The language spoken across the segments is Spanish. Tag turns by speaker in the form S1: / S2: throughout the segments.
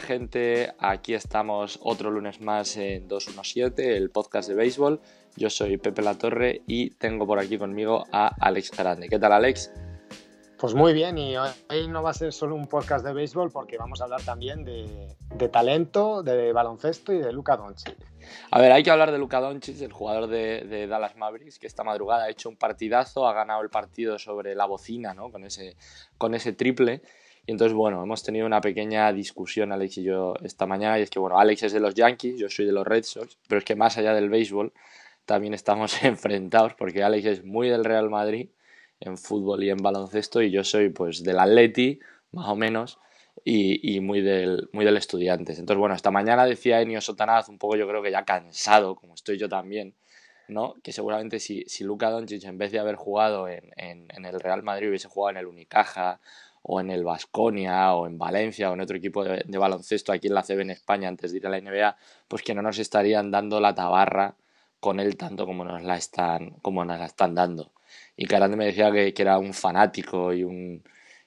S1: gente? Aquí estamos otro lunes más en 217, el podcast de béisbol. Yo soy Pepe Latorre y tengo por aquí conmigo a Alex Grande. ¿Qué tal, Alex?
S2: Pues muy bien, y hoy no va a ser solo un podcast de béisbol porque vamos a hablar también de talento, de baloncesto y de Luka Doncic.
S1: A ver, hay que hablar de Luka Doncic, el jugador de Dallas Mavericks, que esta madrugada ha hecho un partidazo, ha ganado el partido sobre la bocina, ¿no? Con ese triple. Y entonces, bueno, hemos tenido una pequeña discusión, Alex y yo, esta mañana, y es que, bueno, Alex es de los Yankees, yo soy de los Red Sox, pero es que más allá del béisbol también estamos enfrentados, porque Alex es muy del Real Madrid en fútbol y en baloncesto, y yo soy pues del Atleti, más o menos, y muy del Estudiantes. Entonces, bueno, esta mañana decía Ennio Sotanaz, un poco yo creo que ya cansado, como estoy yo también, ¿no? Que seguramente si Luka Doncic, en vez de haber jugado en el Real Madrid, hubiese jugado en el Unicaja, o en el Baskonia, o en Valencia, o en otro equipo de baloncesto aquí en la CB en España antes de ir a la NBA, pues que no nos estarían dando la tabarra con él tanto como nos la están dando. Y Carande me decía que era un fanático y un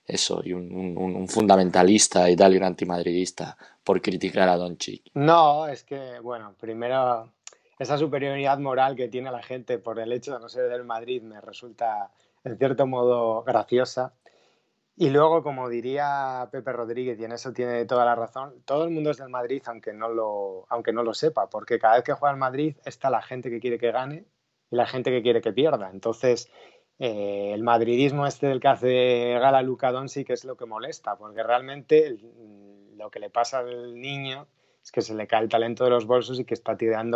S1: fundamentalista y tal, y un antimadridista por criticar a Doncic.
S2: No, es que, bueno, primero esa superioridad moral que tiene la gente por el hecho de no ser del Madrid me resulta en cierto modo graciosa. Y luego, como diría Pepe Rodríguez, y en eso tiene toda la razón, todo el mundo es del Madrid aunque no lo sepa, porque cada vez que juega el Madrid está la gente que quiere que gane y la gente que quiere que pierda. Entonces, el madridismo este del que hace gala Luka Doncic es lo que molesta, porque realmente lo que le pasa al niño es que se le cae el talento de los bolsos y que está tirando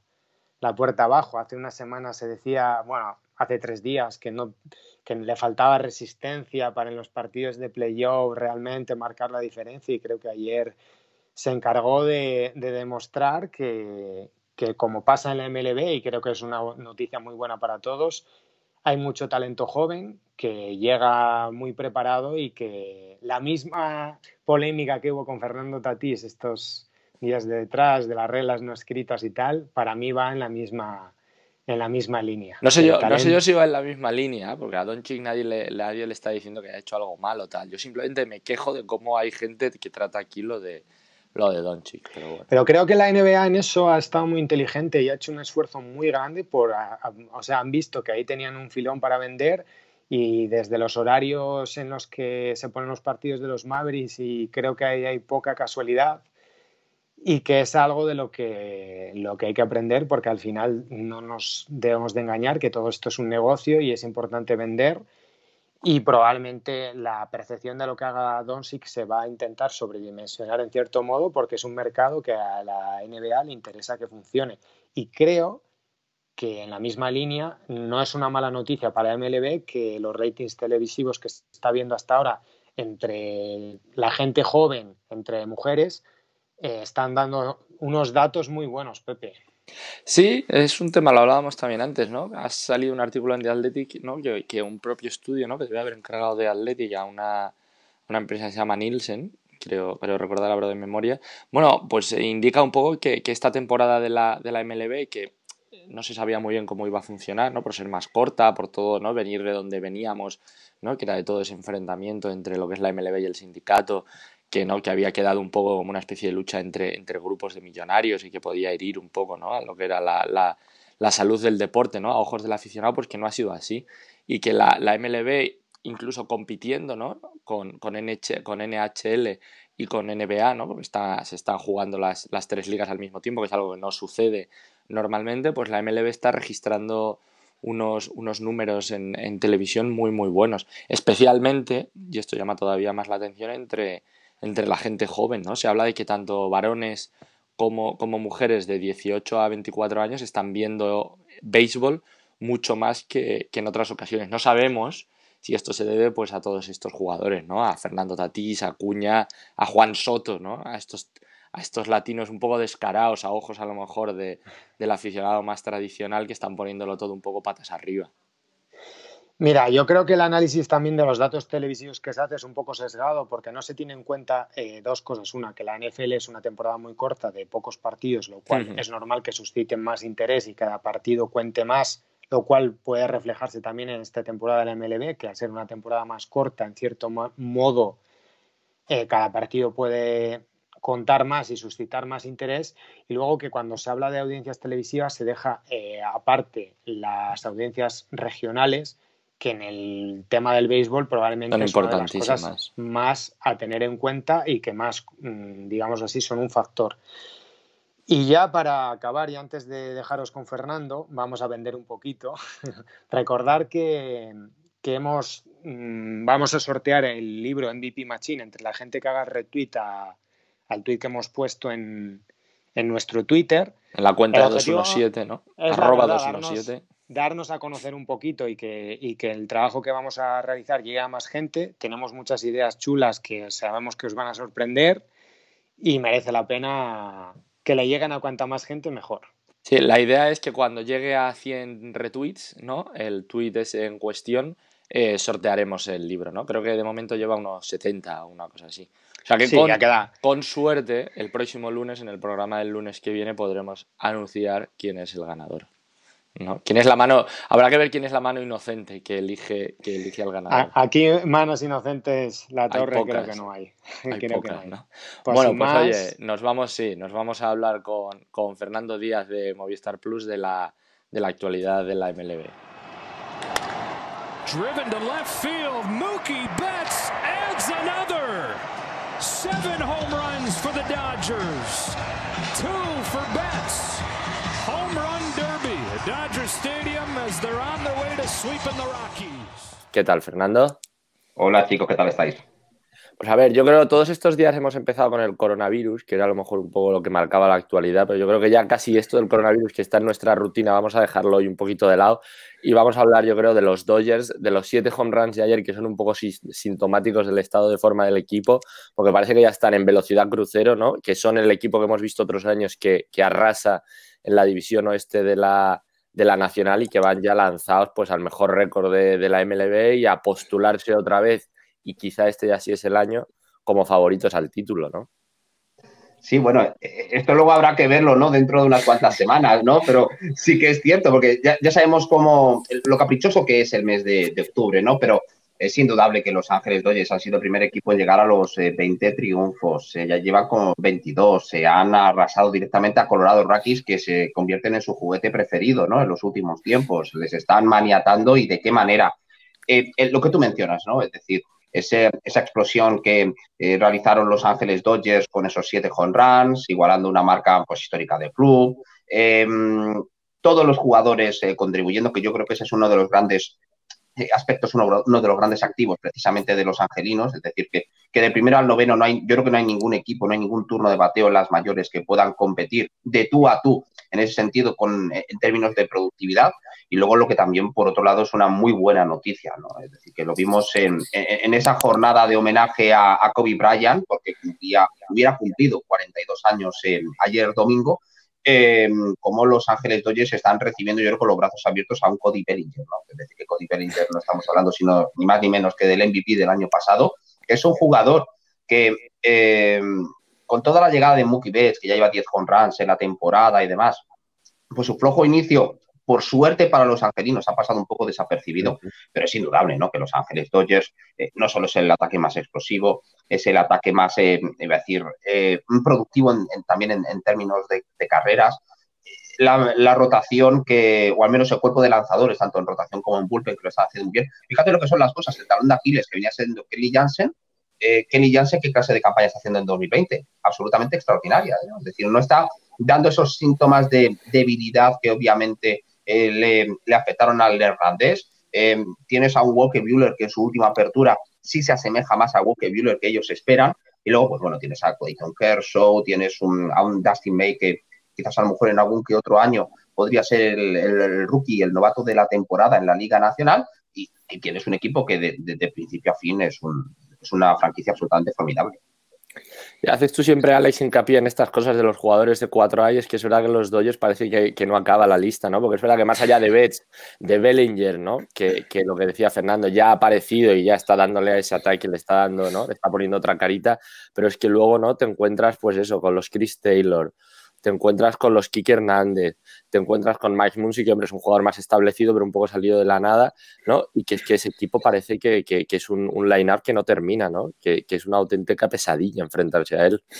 S2: la puerta abajo. Hace una semana se decía, bueno, hace 3 días que le faltaba resistencia para en los partidos de playoff realmente marcar la diferencia, y creo que ayer se encargó de demostrar que como pasa en la MLB, y creo que es una noticia muy buena para todos, hay mucho talento joven que llega muy preparado, y que la misma polémica que hubo con Fernando Tatís estos días de detrás de las reglas no escritas y tal, para mí va en la misma línea.
S1: No sé
S2: El
S1: yo
S2: talento.
S1: si va en la misma línea, porque a Doncic nadie le está diciendo que haya hecho algo malo o tal. Yo simplemente me quejo de cómo hay gente que trata aquí lo de Doncic, pero bueno.
S2: Pero creo que la NBA en eso ha estado muy inteligente y ha hecho un esfuerzo muy grande o sea, han visto que ahí tenían un filón para vender, y desde los horarios en los que se ponen los partidos de los Mavericks, y creo que ahí hay poca casualidad, y que es algo de lo que hay que aprender, porque al final no nos debemos de engañar, que todo esto es un negocio y es importante vender. Y probablemente la percepción de lo que haga Doncic se va a intentar sobredimensionar en cierto modo, porque es un mercado que a la NBA le interesa que funcione. Y creo que en la misma línea no es una mala noticia para MLB que los ratings televisivos que se está viendo hasta ahora entre la gente joven, entre mujeres, están dando unos datos muy buenos, Pepe.
S1: Sí, es un tema, lo hablábamos también antes, ¿no? Ha salido un artículo en The Athletic, ¿no? Que un propio estudio, ¿no? Que debe haber encargado de Athletic a una empresa que se llama Nielsen, creo recordar ahora de memoria. Bueno, pues indica un poco que esta temporada de la MLB, que no se sabía muy bien cómo iba a funcionar, ¿no? Por ser más corta, por todo, ¿no? Venir de donde veníamos, ¿no? Que era de todo ese enfrentamiento entre lo que es la MLB y el sindicato, que había quedado un poco como una especie de lucha entre grupos de millonarios, y que podía herir un poco, ¿no? A lo que era la salud del deporte, ¿no? A ojos del aficionado, pues que no ha sido así. Y que la MLB, incluso compitiendo, ¿no? Con NHL y con NBA, ¿no? Porque se están jugando las 3 ligas al mismo tiempo, que es algo que no sucede normalmente. Pues la MLB está registrando unos números en televisión muy muy buenos, especialmente, y esto llama todavía más la atención, entre la gente joven, ¿no? Se habla de que tanto varones como mujeres de 18 a 24 años están viendo béisbol mucho más que en otras ocasiones. No sabemos si esto se debe pues a todos estos jugadores, ¿no? A Fernando Tatís, a Acuña, a Juan Soto, ¿no? A estos latinos un poco descarados, a ojos a lo mejor del aficionado más tradicional, que están poniéndolo todo un poco patas arriba.
S2: Mira, yo creo que el análisis también de los datos televisivos que se hace es un poco sesgado, porque no se tiene en cuenta dos cosas. Una, que la NFL es una temporada muy corta de pocos partidos, lo cual es normal que susciten más interés y cada partido cuente más, lo cual puede reflejarse también en esta temporada de la MLB, que al ser una temporada más corta, en cierto modo, cada partido puede contar más y suscitar más interés, y luego que cuando se habla de audiencias televisivas se deja aparte las audiencias regionales, que en el tema del béisbol probablemente
S1: Son
S2: es una de las cosas
S1: importantísimas.
S2: más a tener en cuenta y que más, digamos así, son un factor. Y ya para acabar y antes de dejaros con Fernando, vamos a vender un poquito. Recordar que vamos a sortear el libro MVP Machine entre la gente que haga retweet al tweet que hemos puesto en nuestro Twitter.
S1: En la cuenta
S2: El
S1: de
S2: objetivo
S1: 217, ¿no?
S2: es, la
S1: Arroba
S2: verdad,
S1: 217.
S2: darnos a conocer un poquito y que el trabajo que vamos a realizar llegue a más gente. Tenemos muchas ideas chulas que sabemos que os van a sorprender y merece la pena que le lleguen a cuanta más gente, mejor.
S1: Sí, la idea es que cuando llegue a 100 retweets, ¿no? El tweet ese en cuestión, sortearemos el libro, ¿no? Creo que de momento lleva unos 70 o una cosa así. O sea que
S2: Sí, ya queda.
S1: con suerte, el próximo lunes, en el programa del lunes que viene, podremos anunciar quién es el ganador, ¿no? ¿Quién es la mano? Habrá que ver quién es la mano inocente que elige al ganador.
S2: Aquí manos inocentes, la
S1: Hay
S2: torre creo
S1: pocas.
S2: que no hay.
S1: Hay
S2: Creo
S1: pocas,
S2: que no hay.
S1: ¿no?
S2: Pues
S1: Bueno,
S2: sin
S1: pues
S2: más,
S1: oye, nos vamos a hablar con Fernando Díaz de Movistar Plus de la actualidad de la MLB.
S3: Driven to left field, Mookie Betts adds another. 7 home runs for the Dodgers. 2 for Betts. Home run derby at Dodger Stadium as they're on their way to sweeping the Rockies.
S1: ¿Qué tal, Fernando?
S4: Hola chicos, ¿qué tal estáis?
S1: Pues a ver, yo creo que todos estos días hemos empezado con el coronavirus, que era a lo mejor un poco lo que marcaba la actualidad, pero yo creo que ya casi esto del coronavirus que está en nuestra rutina, vamos a dejarlo hoy un poquito de lado y vamos a hablar, yo creo, de los Dodgers, de los 7 home runs de ayer, que son un poco sintomáticos del estado de forma del equipo, porque parece que ya están en velocidad crucero, ¿no? Que son el equipo que hemos visto otros años que arrasa en la división oeste de la Nacional y que van ya lanzados pues al mejor récord de la MLB y a postularse otra vez, y quizá este ya sí es el año, como favoritos al título, ¿no?
S4: Sí, bueno, esto luego habrá que verlo, ¿no? Dentro de unas cuantas semanas, ¿no? Pero sí que es cierto, porque ya sabemos lo caprichoso que es el mes de octubre, ¿no? Pero es indudable que Los Ángeles Dodgers han sido el primer equipo en llegar a los 20 triunfos. Ya llevan con 22. Se han arrasado directamente a Colorado Rockies, que se convierten en su juguete preferido, ¿no? En los últimos tiempos. Les están maniatando y de qué manera. Lo que tú mencionas, ¿no? Es decir, esa explosión que realizaron Los Ángeles Dodgers con esos 7 home runs, igualando una marca pues, histórica del club. Todos los jugadores contribuyendo, que yo creo que ese es uno de los grandes aspectos, uno de los grandes activos precisamente de los angelinos, es decir, que del primero al noveno yo creo que no hay ningún equipo, no hay ningún turno de bateo en las mayores que puedan competir de tú a tú en ese sentido en términos de productividad. Y luego lo que también, por otro lado, es una muy buena noticia, ¿no? Es decir, que lo vimos en esa jornada de homenaje a Kobe Bryant, porque hubiera cumplido 42 años ayer domingo, como Los Ángeles Dodgers están recibiendo, yo creo, con los brazos abiertos a un Cody Bellinger, ¿no? Es decir, que Cody Bellinger no estamos hablando sino ni más ni menos que del MVP del año pasado, que es un jugador que con toda la llegada de Mookie Betts, que ya lleva 10 home runs en la temporada y demás, pues su flojo inicio, por suerte para los angelinos, ha pasado un poco desapercibido, pero es indudable, ¿no? Que Los Ángeles Dodgers no solo es el ataque más explosivo, es el ataque más, iba a decir, productivo también en términos de carreras. La rotación o al menos el cuerpo de lanzadores, tanto en rotación como en bullpen, que lo están haciendo muy bien. Fíjate lo que son las cosas, el talón de Aquiles que venía siendo Kenny Jansen, ¿qué clase de campaña está haciendo en 2020? Absolutamente extraordinaria, ¿no? Es decir, no está dando esos síntomas de debilidad que obviamente le afectaron al neerlandés. Tienes a un Walker Buehler que en su última apertura sí se asemeja más a Walker Buehler que ellos esperan. Y luego, pues bueno, tienes a Clayton Kershaw, tienes a un Dustin May que quizás a lo mejor en algún que otro año podría ser el rookie, el novato de la temporada en la Liga Nacional. Y tienes un equipo que de principio a fin es una franquicia absolutamente formidable.
S1: Y haces tú siempre, Alex, hincapié en estas cosas de los jugadores de 4A, y es que es verdad que los Dodgers parece que no acaba la lista, ¿no? Porque es verdad que más allá de Betts, de Bellinger, ¿no? Que lo que decía Fernando, ya ha aparecido y ya está dándole a ese ataque, le está dando, ¿no? Le está poniendo otra carita, pero es que luego, ¿no? Te encuentras, pues eso, con los Chris Taylor, te encuentras con los Kike Hernández, te encuentras con Mike Muncy, que hombre es un jugador más establecido, pero un poco salido de la nada, ¿no? Y que es que ese equipo parece que es un line-up que no termina, ¿no? Que es una auténtica pesadilla enfrentarse a él.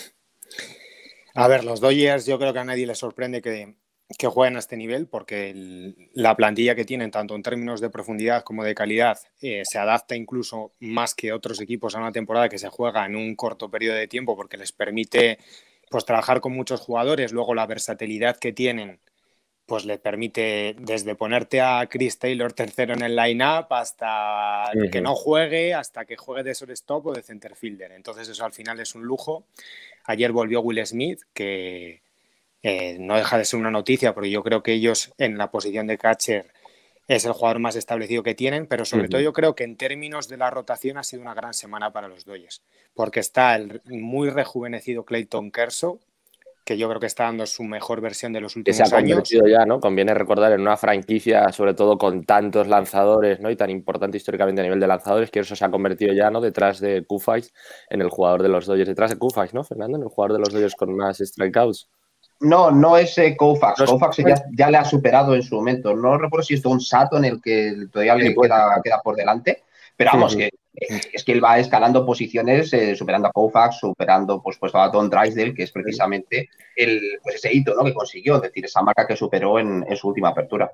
S2: A ver, los Dodgers yo creo que a nadie les sorprende que jueguen a este nivel porque la plantilla que tienen, tanto en términos de profundidad como de calidad, se adapta incluso más que otros equipos a una temporada que se juega en un corto periodo de tiempo porque les permite pues trabajar con muchos jugadores. Luego la versatilidad que tienen pues les permite desde ponerte a Chris Taylor tercero en el line-up hasta que no juegue, hasta que juegue de shortstop o de center fielder. Entonces eso al final es un lujo. Ayer volvió Will Smith, que no deja de ser una noticia, porque yo creo que ellos en la posición de catcher es el jugador más establecido que tienen, pero sobre todo yo creo que en términos de la rotación ha sido una gran semana para los Dodgers, porque está el muy rejuvenecido Clayton Kershaw, que yo creo que está dando su mejor versión de los últimos
S1: años. Que se ha convertido
S2: años.
S1: Ya, ¿no? Conviene recordar en una franquicia, sobre todo con tantos lanzadores, ¿no? Y tan importante históricamente a nivel de lanzadores, que eso se ha convertido ya, ¿no? Detrás de Koufax, en el jugador de los Dodgers. Detrás de Koufax, ¿no, Fernando? En el jugador de los Dodgers con más strikeouts.
S4: No es Koufax.
S1: No es
S4: Koufax ya le ha superado en su momento. No recuerdo si es un Sato en el que todavía le queda por delante, pero vamos, es que él va escalando posiciones, superando a Koufax, superando pues a Don Drysdale, que es precisamente ese hito, ¿no? Que consiguió, es decir, esa marca que superó en su última apertura.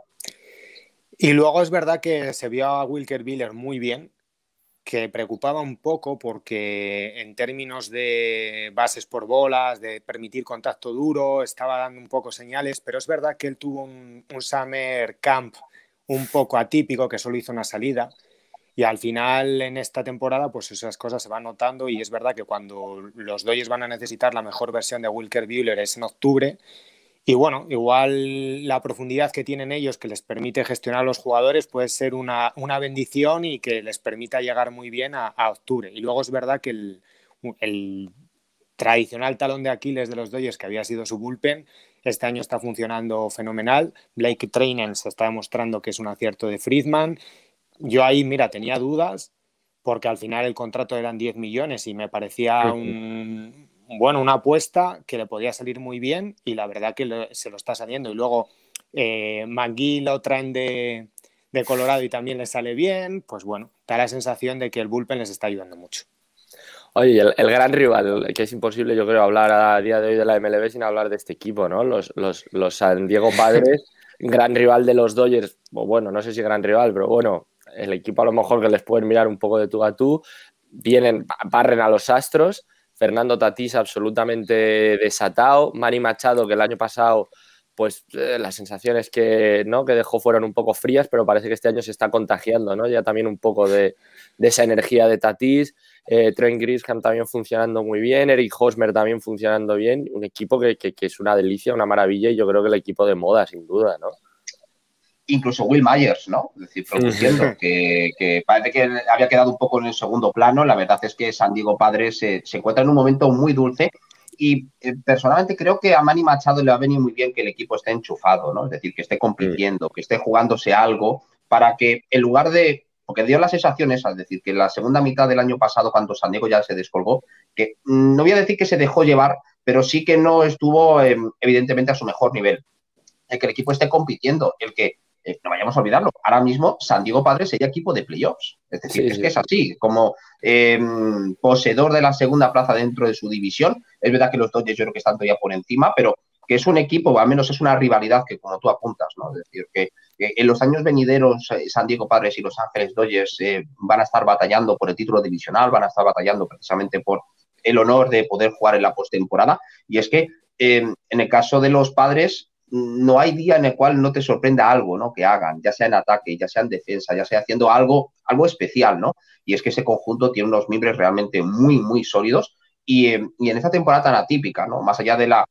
S2: Y luego es verdad que se vio a Wilker Buehler muy bien, que preocupaba un poco porque en términos de bases por bolas, de permitir contacto duro, estaba dando un poco señales, pero es verdad que él tuvo un summer camp un poco atípico, que solo hizo una salida, y al final en esta temporada pues esas cosas se van notando, y es verdad que cuando los Dodgers van a necesitar la mejor versión de Wilker Buehler es en octubre. Y bueno, igual la profundidad que tienen ellos, que les permite gestionar a los jugadores, puede ser una bendición y que les permita llegar muy bien a octubre. Y luego es verdad que el tradicional talón de Aquiles de los Dodgers, que había sido su bullpen, este año está funcionando fenomenal. Blake Treinen se está demostrando que es un acierto de Friedman. Yo ahí, mira, tenía dudas porque al final el contrato eran 10 millones y me parecía una apuesta que le podía salir muy bien, y la verdad que se lo está saliendo. Y luego McGee lo traen de Colorado y también le sale bien. Pues bueno, da la sensación de que el bullpen les está ayudando mucho.
S1: Oye, el gran rival, que es imposible, yo creo, hablar a día de hoy de la MLB sin hablar de este equipo, ¿no? Los San Diego Padres, gran rival de los Dodgers. Bueno, no sé si gran rival, pero bueno, el equipo a lo mejor que les pueden mirar un poco de tú a tú. Barren a los Astros. Fernando Tatís absolutamente desatado. Manny Machado, que el año pasado pues las sensaciones que dejó fueron un poco frías, pero parece que este año se está contagiando, ¿no? Ya también un poco de esa energía de Tatís. Trent Grisham también funcionando muy bien, Eric Hosmer también funcionando bien. Un equipo que es una delicia, una maravilla, y yo creo que el equipo de moda, sin duda, ¿no?
S4: Incluso Will Myers, ¿no? Es decir, produciendo, que parece que había quedado un poco en el segundo plano. La verdad es que San Diego Padres se encuentra en un momento muy dulce, y personalmente creo que a Manny Machado le va a venir muy bien que el equipo esté enchufado, ¿no? Es decir, que esté compitiendo, que esté jugándose algo, para que en lugar de... Porque dio las sensaciones, al decir que en la segunda mitad del año pasado, cuando San Diego ya se descolgó, que no voy a decir que se dejó llevar, pero sí que no estuvo evidentemente a su mejor nivel. El que el equipo esté compitiendo, el que no vayamos a olvidarlo, ahora mismo San Diego Padres sería equipo de playoffs. Es decir, que es así, como poseedor de la segunda plaza dentro de su división. Es verdad que los Dodgers yo creo que están todavía por encima, pero que es un equipo, al menos es una rivalidad que, como tú apuntas, ¿no? Es decir, que en los años venideros San Diego Padres y Los Ángeles Dodgers van a estar batallando por el título divisional, van a estar batallando precisamente por el honor de poder jugar en la postemporada. Y es que en el caso de los Padres, no hay día en el cual no te sorprenda algo, ¿no? Que hagan, ya sea en ataque, ya sea en defensa, ya sea haciendo algo especial, ¿no? Y es que ese conjunto tiene unos miembros realmente muy, muy sólidos, y en esta temporada tan atípica, ¿no? Más allá de la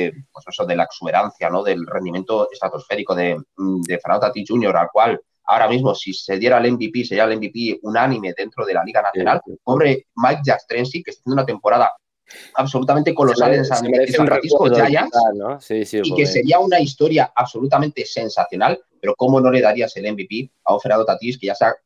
S4: de la exuberancia, ¿no? Del rendimiento estratosférico de Fernando Tatís Jr., al cual ahora mismo, si se diera el MVP, sería el MVP unánime dentro de la Liga Nacional. Pobre Mike Yastrzemski, que está haciendo una temporada absolutamente colosal en San Francisco Giants, ¿no? Y que sería una historia absolutamente sensacional, pero cómo no le darías el MVP a un Fernando Tatís que ya sea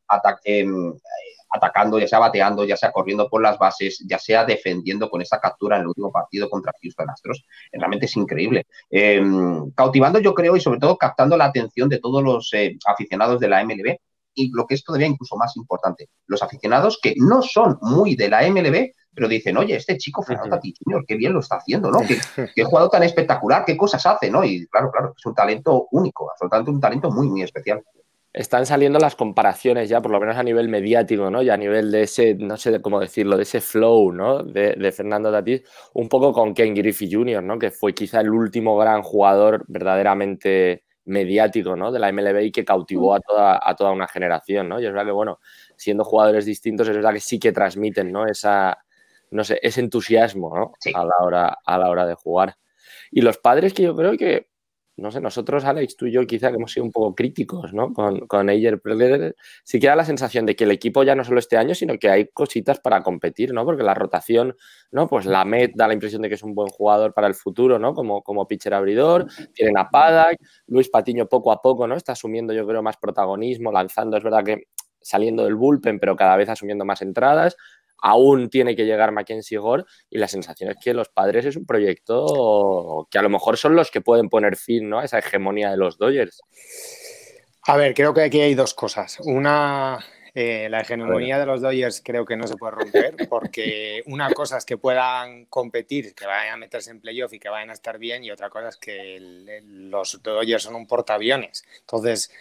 S4: atacando, ya sea bateando, ya sea corriendo por las bases, ya sea defendiendo con esa captura en el último partido contra Houston Astros? Realmente es increíble. Cautivando, yo creo, y sobre todo captando la atención de todos los aficionados de la MLB, y lo que es todavía incluso más importante, los aficionados que no son muy de la MLB, pero dicen, oye, este chico Fernando Tatis Jr., qué bien lo está haciendo, ¿no? Qué jugador tan espectacular, qué cosas hace, ¿no? Y claro, es un talento único, absolutamente un talento muy, muy especial.
S1: Están saliendo las comparaciones ya, por lo menos a nivel mediático, ¿no? Y a nivel de ese, no sé cómo decirlo, de ese flow, ¿no? De Fernando Tatis, un poco con Ken Griffey Jr., ¿no? Que fue quizá el último gran jugador verdaderamente mediático, ¿no? De la MLB y que cautivó a toda una generación, ¿no? Y es verdad que, bueno, siendo jugadores distintos, es verdad que sí que transmiten, ¿no? No sé, ese entusiasmo, ¿no?
S4: Sí.
S1: A la hora de jugar. Y los padres que yo creo que, no sé, nosotros, Alex, tú y yo quizá que hemos sido un poco críticos, ¿no? Con AJ Preller, sí que da la sensación de que el equipo ya no solo este año, sino que hay cositas para competir, ¿no? Porque la rotación, ¿no? Pues la Met da la impresión de que es un buen jugador para el futuro, ¿no? Como pitcher abridor, tienen a Paddock, Luis Patiño poco a poco, ¿no? Está asumiendo, yo creo, más protagonismo, lanzando, es verdad que saliendo del bullpen, pero cada vez asumiendo más entradas. Aún tiene que llegar Mackenzie Gore y la sensación es que los Padres es un proyecto que a lo mejor son los que pueden poner fin, ¿no? A esa hegemonía de los Dodgers.
S2: A ver, creo que aquí hay dos cosas. Una, la hegemonía de los Dodgers creo que no se puede romper porque una cosa es que puedan competir, que vayan a meterse en playoff y que vayan a estar bien, y otra cosa es que los Dodgers son un portaaviones. Entonces,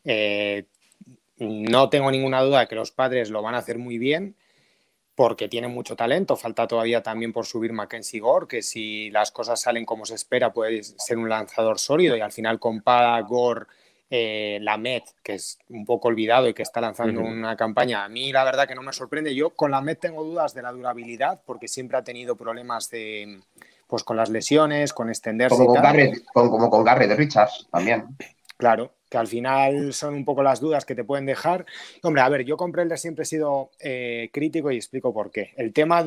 S2: no tengo ninguna duda de que los Padres lo van a hacer muy bien, porque tiene mucho talento. Falta todavía también por subir Mackenzie Gore, que si las cosas salen como se espera puede ser un lanzador sólido, y al final con Paddock, Gore, la Met, que es un poco olvidado y que está lanzando una campaña, a mí la verdad que no me sorprende. Yo con la Met tengo dudas de la durabilidad porque siempre ha tenido problemas pues con las lesiones, con extenderse
S4: como
S2: y tal.
S4: como con Garrett Richards también.
S2: Claro, que al final son un poco las dudas que te pueden dejar. Hombre, a ver, yo con Preller siempre he sido crítico y explico por qué. El tema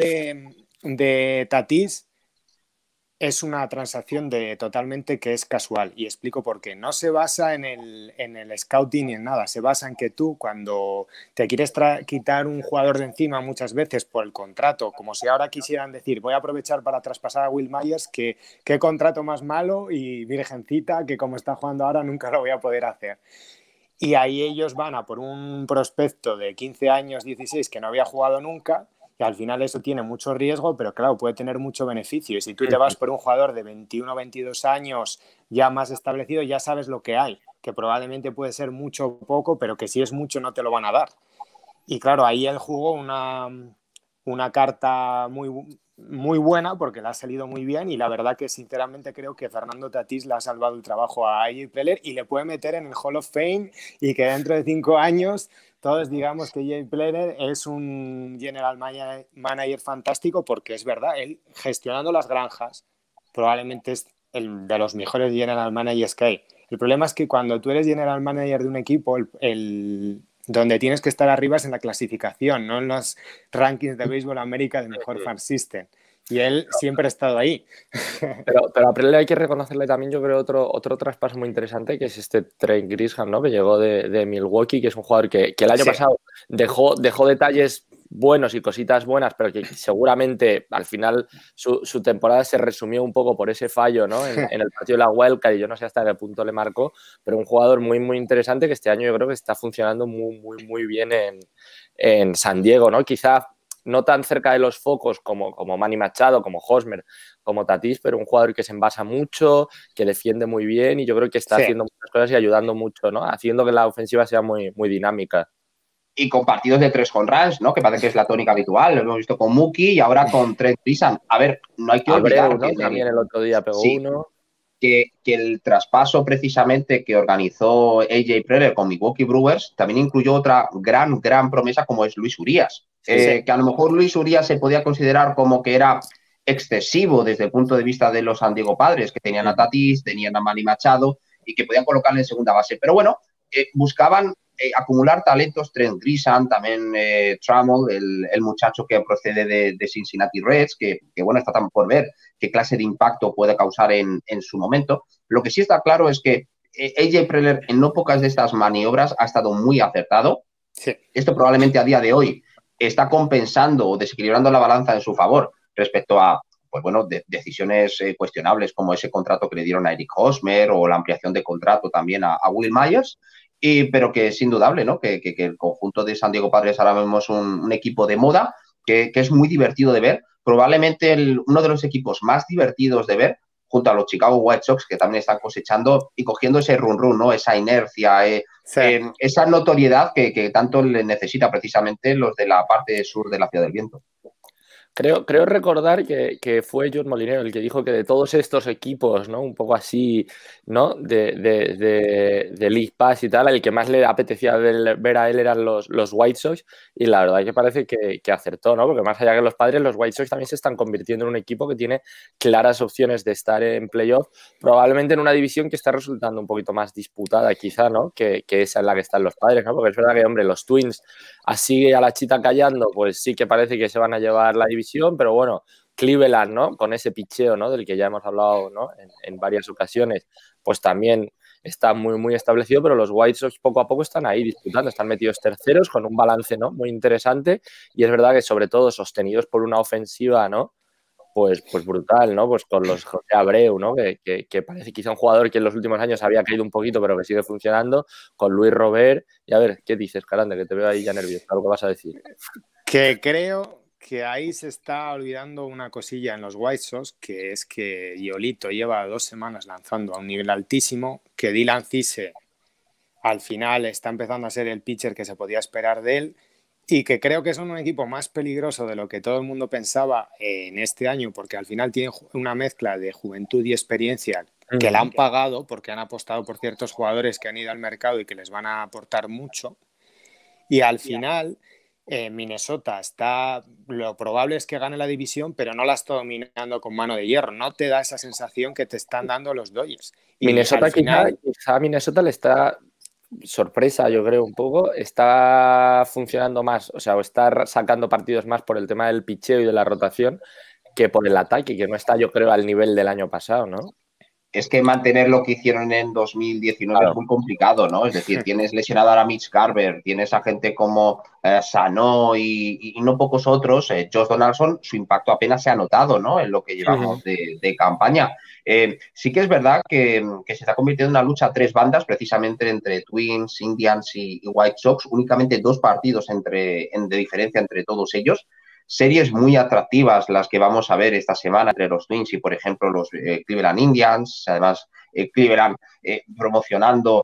S2: de Tatis es una transacción totalmente que es casual, y explico por qué. No se basa en el scouting ni en nada, se basa en que tú, cuando te quieres quitar un jugador de encima muchas veces por el contrato, como si ahora quisieran decir, voy a aprovechar para traspasar a Will Myers, que qué contrato más malo y virgencita, que como está jugando ahora nunca lo voy a poder hacer. Y ahí ellos van a por un prospecto de 15 años, 16, que no había jugado nunca, y al final eso tiene mucho riesgo, pero claro, puede tener mucho beneficio. Y si tú te vas por un jugador de 21 o 22 años ya más establecido, ya sabes lo que hay, que probablemente puede ser mucho o poco, pero que si es mucho no te lo van a dar. Y claro, ahí él jugó una carta muy buena porque le ha salido muy bien, y la verdad que sinceramente creo que Fernando Tatis le ha salvado el trabajo a AJ Preller y le puede meter en el Hall of Fame, y que dentro de 5 años todos digamos que AJ Preller es un general manager fantástico, porque es verdad, él gestionando las granjas probablemente es el de los mejores general managers que hay. El problema es que cuando tú eres general manager de un equipo, donde tienes que estar arriba es en la clasificación, no en los rankings de Béisbol América de mejor farm system. Y él siempre ha estado ahí.
S1: Pero a Preller hay que reconocerle también, yo creo, otro traspaso muy interesante, que es este Trent Grisham, ¿no? Que llegó de Milwaukee, que es un jugador que el año pasado dejó detalles buenos y cositas buenas, pero que seguramente al final su temporada se resumió un poco por ese fallo, ¿no? En el partido de la Wildcard, y yo no sé hasta qué punto le marcó, pero un jugador muy, muy interesante que este año yo creo que está funcionando muy, muy, muy bien en San Diego, ¿no? Quizá no tan cerca de los focos como Manny Machado, como Hosmer, como Tatis, pero un jugador que se envasa mucho, que defiende muy bien, y yo creo que está haciendo muchas cosas y ayudando mucho, ¿no? Haciendo que la ofensiva sea muy, muy dinámica.
S4: Y con partidos de 3 home runs, ¿no? Que parece que es la tónica habitual. Lo hemos visto con Mookie y ahora con Trent Grisham. A ver, no hay que olvidar,
S1: ¿no? Que también el otro día pegó uno.
S4: Que el traspaso precisamente que organizó AJ Preller con Milwaukee Brewers también incluyó otra gran promesa, como es Luis Urías. Que a lo mejor Luis Urías se podía considerar como que era excesivo desde el punto de vista de los San Diego Padres, que tenían a Tatis, tenían a Manny Machado y que podían colocarle en segunda base. Pero bueno, buscaban acumular talentos. Trent Grisham, también Trammell, el muchacho que procede de Cincinnati Reds, que bueno, está tan por ver qué clase de impacto puede causar en su momento. Lo que sí está claro es que AJ Preller en no pocas de estas maniobras ha estado muy acertado.
S2: Sí.
S4: Esto probablemente a día de hoy está compensando o desequilibrando la balanza en su favor respecto a pues bueno, decisiones cuestionables como ese contrato que le dieron a Eric Hosmer o la ampliación de contrato también a Will Myers. pero que es indudable, ¿no? Que el conjunto de San Diego Padres ahora mismo es un equipo de moda, que es muy divertido de ver, probablemente uno de los equipos más divertidos de ver, junto a los Chicago White Sox, que también están cosechando y cogiendo ese run, ¿no? Esa inercia,
S2: Sí.
S4: esa notoriedad que tanto le necesita precisamente los de la parte sur de la Ciudad del Viento.
S1: Creo recordar que fue John Molinero el que dijo que de todos estos equipos, ¿no? Un poco así, ¿no? De League Pass y tal, el que más le apetecía ver a él eran los White Sox, y la verdad es que parece que acertó, ¿no? Porque más allá que los Padres, los White Sox también se están convirtiendo en un equipo que tiene claras opciones de estar en playoff, probablemente en una división que está resultando un poquito más disputada quizá, ¿no? Que esa en la que están los Padres, ¿no? Porque es verdad que, hombre, los Twins así a la chita callando, pues sí que parece que se van a llevar la división, pero bueno, Cleveland, ¿no? Con ese picheo, ¿no? Del que ya hemos hablado, ¿no? En varias ocasiones, pues también está muy, muy establecido, pero los White Sox poco a poco están ahí disputando, están metidos terceros con un balance, ¿no? Muy interesante, y es verdad que sobre todo sostenidos por una ofensiva, ¿no? Pues brutal, ¿no? Pues con los José Abreu, ¿no? Que parece quizá un jugador que en los últimos años había caído un poquito, pero que sigue funcionando, con Luis Robert. Y a ver, ¿qué dices, Carande? Que te veo ahí ya nervioso. ¿Algo vas a decir?
S2: Que creo que ahí se está olvidando una cosilla en los White Sox, que es que Yolito lleva 2 semanas lanzando a un nivel altísimo, que Dylan Cease al final está empezando a ser el pitcher que se podía esperar de él, y que creo que son un equipo más peligroso de lo que todo el mundo pensaba en este año, porque al final tienen una mezcla de juventud y experiencia que la han pagado porque han apostado por ciertos jugadores que han ido al mercado y que les van a aportar mucho. Y al final, Minnesota lo probable es que gane la división, pero no la está dominando con mano de hierro. No te da esa sensación que te están dando los Dodgers. Y
S1: Minnesota,
S2: al final,
S1: quizá a Minnesota le está, sorpresa, yo creo un poco, está funcionando más, o sea, o está sacando partidos más por el tema del picheo y de la rotación que por el ataque, que no está, yo creo, al nivel del año pasado, ¿no?
S4: Es que mantener lo que hicieron en 2019
S1: Claro.
S4: es muy complicado, ¿no? Es decir, tienes lesionado ahora a Mitch Garver, tienes a gente como Sano y no pocos otros. Josh Donaldson, su impacto apenas se ha notado, ¿no? En lo que llevamos de campaña. Sí que es verdad que se está convirtiendo en una lucha a 3 bandas, precisamente entre Twins, Indians y White Sox. Únicamente 2 partidos de diferencia entre todos ellos. Series muy atractivas las que vamos a ver esta semana entre los Twins y, por ejemplo, los Cleveland Indians. Además, Cleveland promocionando,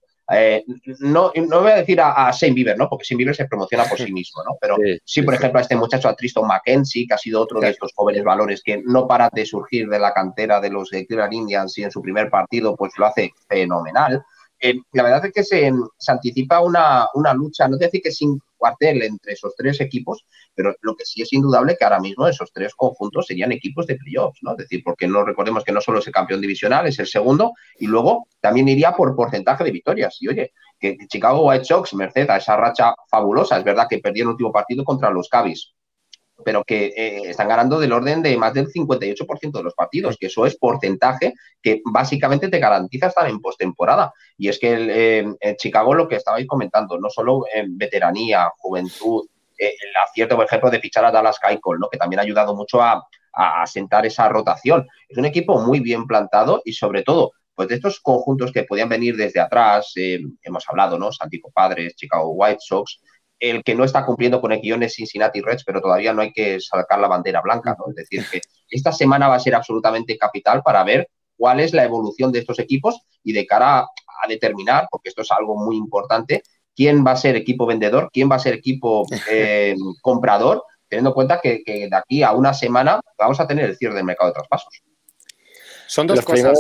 S4: no voy a decir a Shane Bieber, ¿no? Porque Shane Bieber se promociona por sí mismo, ¿no? Pero sí, por ejemplo, a este muchacho, a Tristan McKenzie, que ha sido otro de estos jóvenes valores que no para de surgir de la cantera de los Cleveland Indians, y en su primer partido pues lo hace fenomenal. La verdad es que se anticipa una lucha, no te decir que sin cuartel entre esos 3 equipos, pero lo que sí es indudable que ahora mismo esos 3 conjuntos serían equipos de playoffs, ¿no? Es decir, porque no recordemos que no solo es el campeón divisional, es el segundo, y luego también iría por porcentaje de victorias. Y oye, que Chicago White Sox, merced a esa racha fabulosa, es verdad que perdió el último partido contra los Cubs, pero que están ganando del orden de más del 58% de los partidos, que eso es porcentaje que básicamente te garantiza estar en postemporada. Y es que el Chicago, lo que estabais comentando, no solo en veteranía, juventud, el acierto, por ejemplo, de fichar a Dallas Keuchel, ¿no? Que también ha ayudado mucho a sentar esa rotación. Es un equipo muy bien plantado y, sobre todo, pues de estos conjuntos que podían venir desde atrás, hemos hablado, ¿no? San Diego Padres, Chicago White Sox. El que no está cumpliendo con el guión es Cincinnati Reds, pero todavía no hay que sacar la bandera blanca, ¿no? Es decir, que esta semana va a ser absolutamente capital para ver cuál es la evolución de estos equipos y de cara a determinar, porque esto es algo muy importante, quién va a ser equipo vendedor, quién va a ser equipo comprador, teniendo en cuenta que de aquí a una semana vamos a tener el cierre del mercado de traspasos.
S2: Son 2 cosas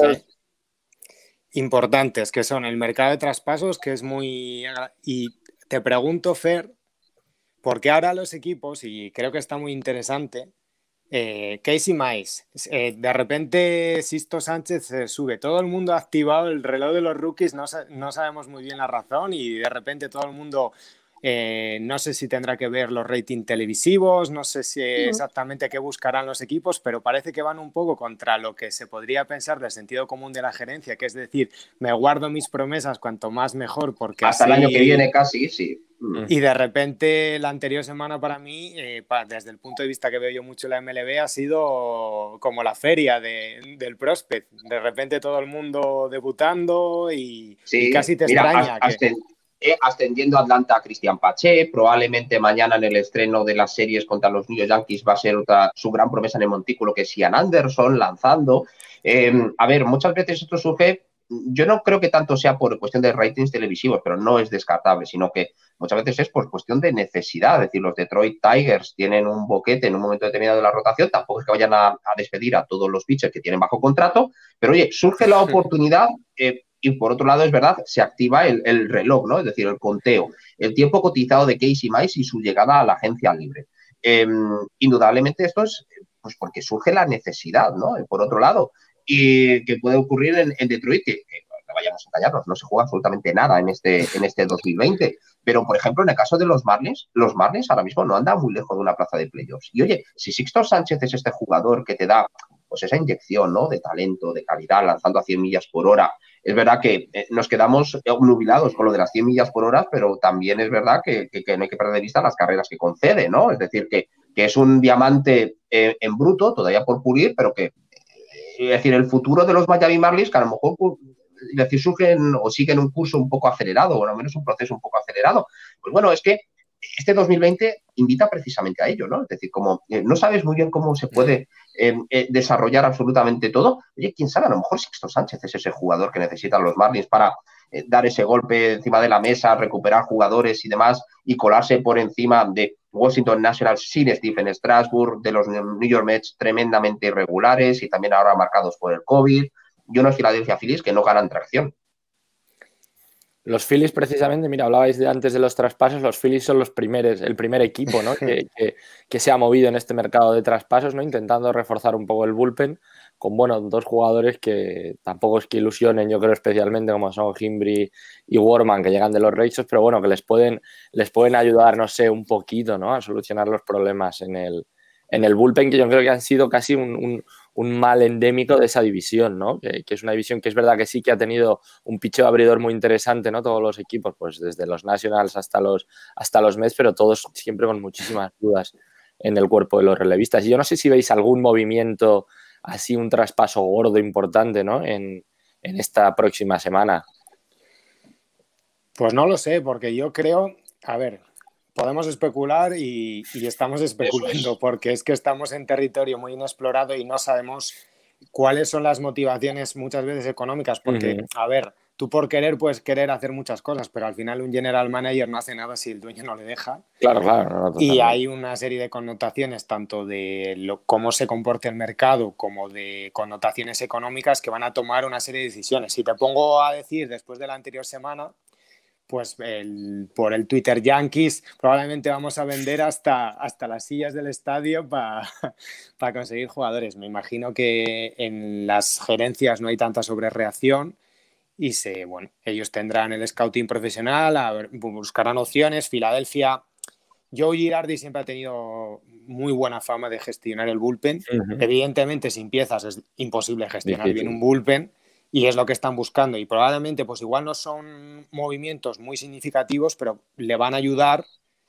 S2: importantes, que son el mercado de traspasos, que es muy... Y te pregunto, Fer, ¿por qué ahora los equipos, y creo que está muy interesante, Casey Mize, de repente Sisto Sánchez se sube, todo el mundo ha activado el reloj de los rookies, no sabemos muy bien la razón, y de repente todo el mundo... no sé si tendrá que ver los ratings televisivos, no sé si exactamente qué buscarán los equipos, pero parece que van un poco contra lo que se podría pensar del sentido común de la gerencia, que es decir, me guardo mis promesas cuanto más mejor, porque
S4: hasta
S2: así...
S4: el año que viene casi, sí.
S2: Y de repente la anterior semana para mí, desde el punto de vista que veo yo mucho la MLB, ha sido como la feria del prospect. De repente todo el mundo debutando y casi te extraña.
S4: ascendiendo a Atlanta a Cristian Pache, probablemente mañana en el estreno de las series contra los New York Yankees va a ser su gran promesa en el montículo, que es Ian Anderson lanzando. A ver, muchas veces esto surge, yo no creo que tanto sea por cuestión de ratings televisivos, pero no es descartable, sino que muchas veces es por cuestión de necesidad. Es decir, los Detroit Tigers tienen un boquete en un momento determinado de la rotación, tampoco es que vayan a despedir a todos los pitchers que tienen bajo contrato, pero oye, surge la oportunidad. Y por otro lado, es verdad, se activa el reloj, ¿no? Es decir, el conteo, el tiempo cotizado de Casey Mize y su llegada a la agencia libre. Indudablemente esto es pues porque surge la necesidad, ¿no? Por otro lado, y que puede ocurrir en Detroit, que no vayamos a engañarnos, no se juega absolutamente nada en este 2020. Pero, por ejemplo, en el caso de los Marlins ahora mismo no andan muy lejos de una plaza de playoffs. Y oye, si Sixto Sánchez es este jugador que te da pues esa inyección, ¿no? De talento, de calidad, lanzando a 100 millas por hora. Es verdad que nos quedamos obnubilados con lo de las 100 millas por hora, pero también es verdad que no hay que perder de vista las carreras que concede, ¿no? Es decir, que es un diamante en bruto, todavía por pulir, pero que, es decir, el futuro de los Miami Marlins, que a lo mejor es decir, surgen o siguen un curso un poco acelerado, o al menos un proceso un poco acelerado. Pues bueno, es que este 2020 invita precisamente a ello, ¿no? Es decir, como no sabes muy bien cómo se puede desarrollar absolutamente todo, oye, quién sabe, a lo mejor Sixto Sánchez es ese jugador que necesitan los Marlins para dar ese golpe encima de la mesa, recuperar jugadores y demás, y colarse por encima de Washington Nationals sin Stephen Strasburg, de los New York Mets tremendamente irregulares y también ahora marcados por el COVID, y unos Philadelphia Phillies que no ganan tracción.
S1: Los Phillies, precisamente, mira, hablabais antes de los traspasos, los Phillies son el primer equipo, ¿no? que se ha movido en este mercado de traspasos, ¿no? Intentando reforzar un poco el bullpen con, bueno, dos jugadores que tampoco es que ilusionen, yo creo, especialmente, como son Hembree y Worman, que llegan de los Rangers, pero bueno, que les pueden ayudar, no sé, un poquito, ¿no? A solucionar los problemas en el bullpen, que yo creo que han sido casi un mal endémico de esa división, ¿no? Que es una división que es verdad que sí que ha tenido un picheo abridor muy interesante, ¿no? Todos los equipos, pues desde los Nationals hasta los Mets, pero todos siempre con muchísimas dudas en el cuerpo de los relevistas. Y yo no sé si veis algún movimiento así, un traspaso gordo importante, ¿no? En esta próxima semana.
S2: Pues no lo sé, porque yo creo, a ver, podemos especular y estamos especulando, porque es que estamos en territorio muy inexplorado y no sabemos cuáles son las motivaciones muchas veces económicas, porque, a ver, tú por querer puedes querer hacer muchas cosas, pero al final un general manager no hace nada si el dueño no le deja.
S1: Claro. No,
S2: y hay una serie de connotaciones, tanto de cómo se comporta el mercado como de connotaciones económicas que van a tomar una serie de decisiones. Si te pongo a decir, después de la anterior semana, pues por el Twitter Yankees probablemente vamos a vender hasta las sillas del estadio para conseguir jugadores. Me imagino que en las gerencias no hay tanta sobrereacción y ellos tendrán el scouting profesional, buscarán opciones. Filadelfia, Joe Girardi siempre ha tenido muy buena fama de gestionar el bullpen. Evidentemente, sin piezas es imposible gestionar bien un bullpen. Y es lo que están buscando. Y probablemente, pues igual no son movimientos muy significativos, pero le van a ayudar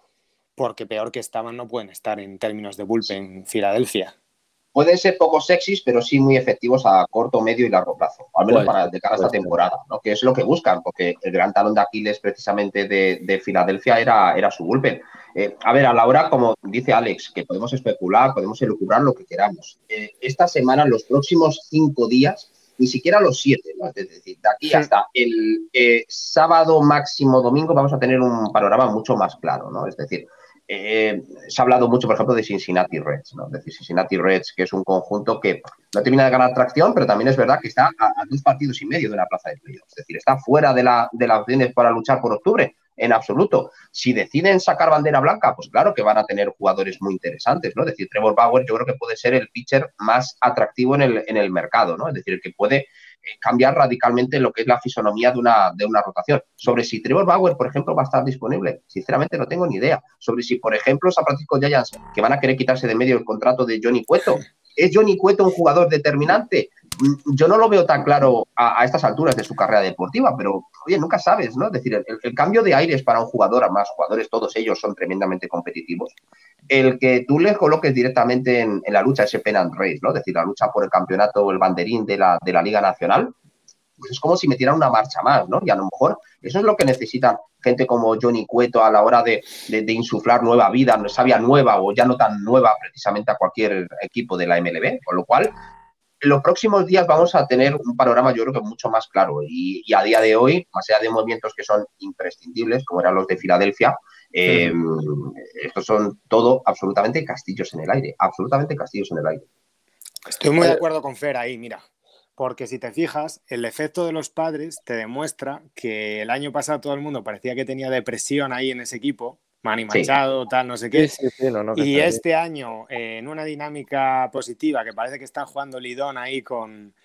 S2: porque peor que estaban no pueden estar en términos de bullpen en Filadelfia.
S4: Pueden ser poco sexys, pero sí muy efectivos a corto, medio y largo plazo. Al menos de cara a esta temporada, ¿no? Que es lo que buscan, porque el gran talón de Aquiles precisamente de Filadelfia era su bullpen. A ver, a la hora, como dice Alex, que podemos especular, podemos elucubrar lo que queramos. Esta semana, los próximos 5 días, ni siquiera los 7, ¿no? Es decir, de aquí hasta el sábado, máximo domingo, vamos a tener un panorama mucho más claro, ¿no? Es decir, se ha hablado mucho, por ejemplo, de Cincinnati Reds, ¿no? Es decir, Cincinnati Reds, que es un conjunto que no termina de ganar tracción, pero también es verdad que está a 2 partidos y medio de una plaza de playoffs. Es decir, está fuera de las opciones para luchar por octubre, en absoluto. Si deciden sacar bandera blanca, pues claro que van a tener jugadores muy interesantes, ¿no? Es decir, Trevor Bauer yo creo que puede ser el pitcher más atractivo en el mercado, ¿no? Es decir, el que puede cambiar radicalmente lo que es la fisonomía de una rotación. Sobre si Trevor Bauer, por ejemplo, va a estar disponible, sinceramente no tengo ni idea. Sobre si, por ejemplo, San Francisco Giants, que van a querer quitarse de medio el contrato de Johnny Cueto, ¿es Johnny Cueto un jugador determinante? Yo no lo veo tan claro a estas alturas de su carrera deportiva, pero, oye, nunca sabes, ¿no? Es decir, el cambio de aires para un jugador, además, jugadores todos ellos son tremendamente competitivos, el que tú les coloques directamente en la lucha, ese pennant race, ¿no? Es decir, la lucha por el campeonato, el banderín de la Liga Nacional, pues es como si metieran una marcha más, ¿no? Y a lo mejor eso es lo que necesitan gente como Johnny Cueto a la hora de insuflar nueva vida, savia nueva o ya no tan nueva precisamente a cualquier equipo de la MLB, con lo cual en los próximos días vamos a tener un panorama yo creo que mucho más claro y a día de hoy, más allá de movimientos que son imprescindibles, como eran los de Filadelfia, estos son todo absolutamente castillos en el aire, absolutamente castillos en el aire.
S2: Estoy muy de acuerdo con Fer ahí, mira, porque si te fijas, el efecto de los Padres te demuestra que el año pasado todo el mundo parecía que tenía depresión ahí en ese equipo, Manny Machado, tal, no sé qué.
S1: Sí, no,
S2: y este año, en una dinámica positiva, que parece que está jugando Lidón ahí con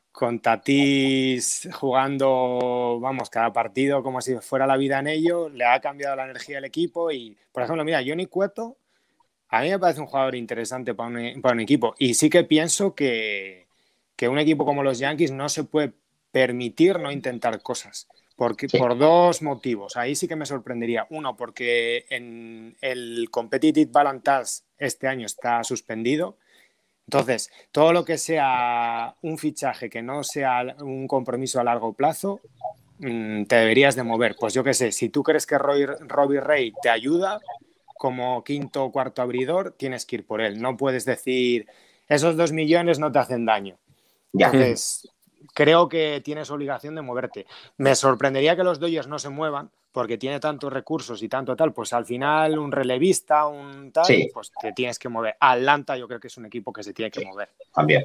S2: Tatis jugando, vamos, cada partido como si fuera la vida en ello, le ha cambiado la energía del equipo y, por ejemplo, mira, Johnny Cueto, a mí me parece un jugador interesante para un equipo y sí que pienso que un equipo como los Yankees no se puede permitir no intentar cosas. Por dos motivos. Ahí sí que me sorprendería. Uno, porque en el Competitive Balance este año está suspendido. Entonces, todo lo que sea un fichaje que no sea un compromiso a largo plazo, te deberías de mover. Pues yo qué sé, si tú crees que Robbie Ray te ayuda como quinto o cuarto abridor, tienes que ir por él. No puedes decir, esos 2 millones no te hacen daño. Entonces, creo que tienes obligación de moverte. Me sorprendería que los Dodgers no se muevan, porque tiene tantos recursos y tanto tal, pues al final un relevista, un tal, pues te tienes que mover. Atlanta yo creo que es un equipo que se tiene que mover.
S4: También.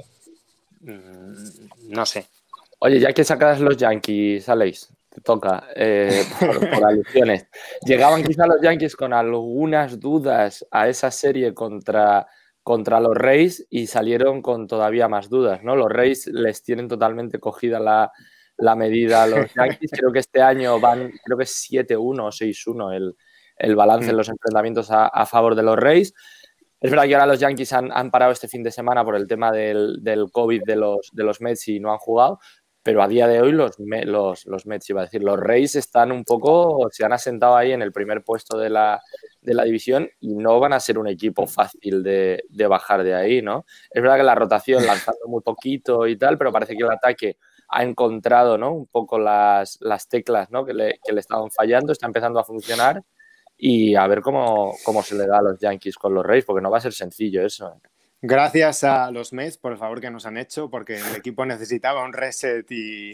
S2: No sé.
S1: Oye, ya que sacas los Yankees, Alex, te toca, por alusiones. Llegaban quizá los Yankees con algunas dudas a esa serie contra los Rays y salieron con todavía más dudas, ¿no? Los Rays les tienen totalmente cogida la medida a los Yankees. Creo que este año creo que es 7-1 o 6-1 el balance en los enfrentamientos a favor de los Rays. Es verdad que ahora los Yankees han parado este fin de semana por el tema del COVID de los Mets y no han jugado, pero a día de hoy los Mets, iba a decir, los Rays están un poco, se han asentado ahí en el primer puesto de la división y no van a ser un equipo fácil de bajar de ahí, ¿no? Es verdad que la rotación lanzando muy poquito y tal, pero parece que el ataque ha encontrado, ¿no?, un poco las teclas, ¿no?, que le estaban fallando, está empezando a funcionar y a ver cómo se le da a los Yankees con los Rays, porque no va a ser sencillo eso.
S2: Gracias a los Mets por el favor que nos han hecho, porque el equipo necesitaba un reset y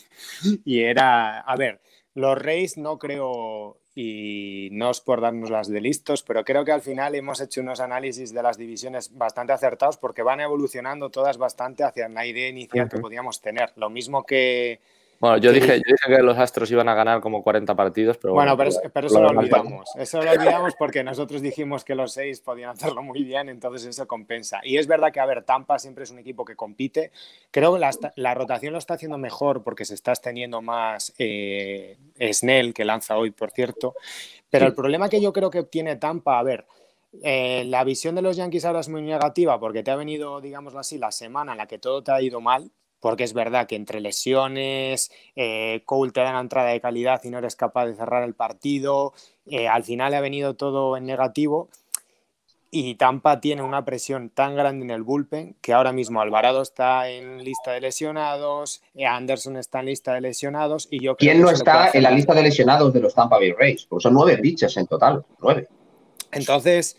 S2: era... A ver, los Rays no creo, y no es por darnos las de listos, pero creo que al final hemos hecho unos análisis de las divisiones bastante acertados porque van evolucionando todas bastante hacia la idea inicial que podíamos tener. Lo mismo que...
S1: Bueno, yo dije que los Astros iban a ganar como 40 partidos, pero
S2: bueno, pero eso lo olvidamos. Eso lo olvidamos porque nosotros dijimos que los 6 podían hacerlo muy bien, entonces eso compensa. Y es verdad que, a ver, Tampa siempre es un equipo que compite. Creo que la rotación lo está haciendo mejor porque se está extendiendo más Snell, que lanza hoy, por cierto. Pero el problema que yo creo que tiene Tampa, a ver, la visión de los Yankees ahora es muy negativa porque te ha venido, digámoslo así, la semana en la que todo te ha ido mal. Porque es verdad que entre lesiones, Cole te da una entrada de calidad y no eres capaz de cerrar el partido, al final ha venido todo en negativo y Tampa tiene una presión tan grande en el bullpen que ahora mismo Alvarado está en lista de lesionados, Anderson está en lista de lesionados y yo creo
S4: ¿Quién no está en la lista de lesionados de los Tampa Bay Rays? Porque son 9 pitchers en total, 9.
S2: Entonces...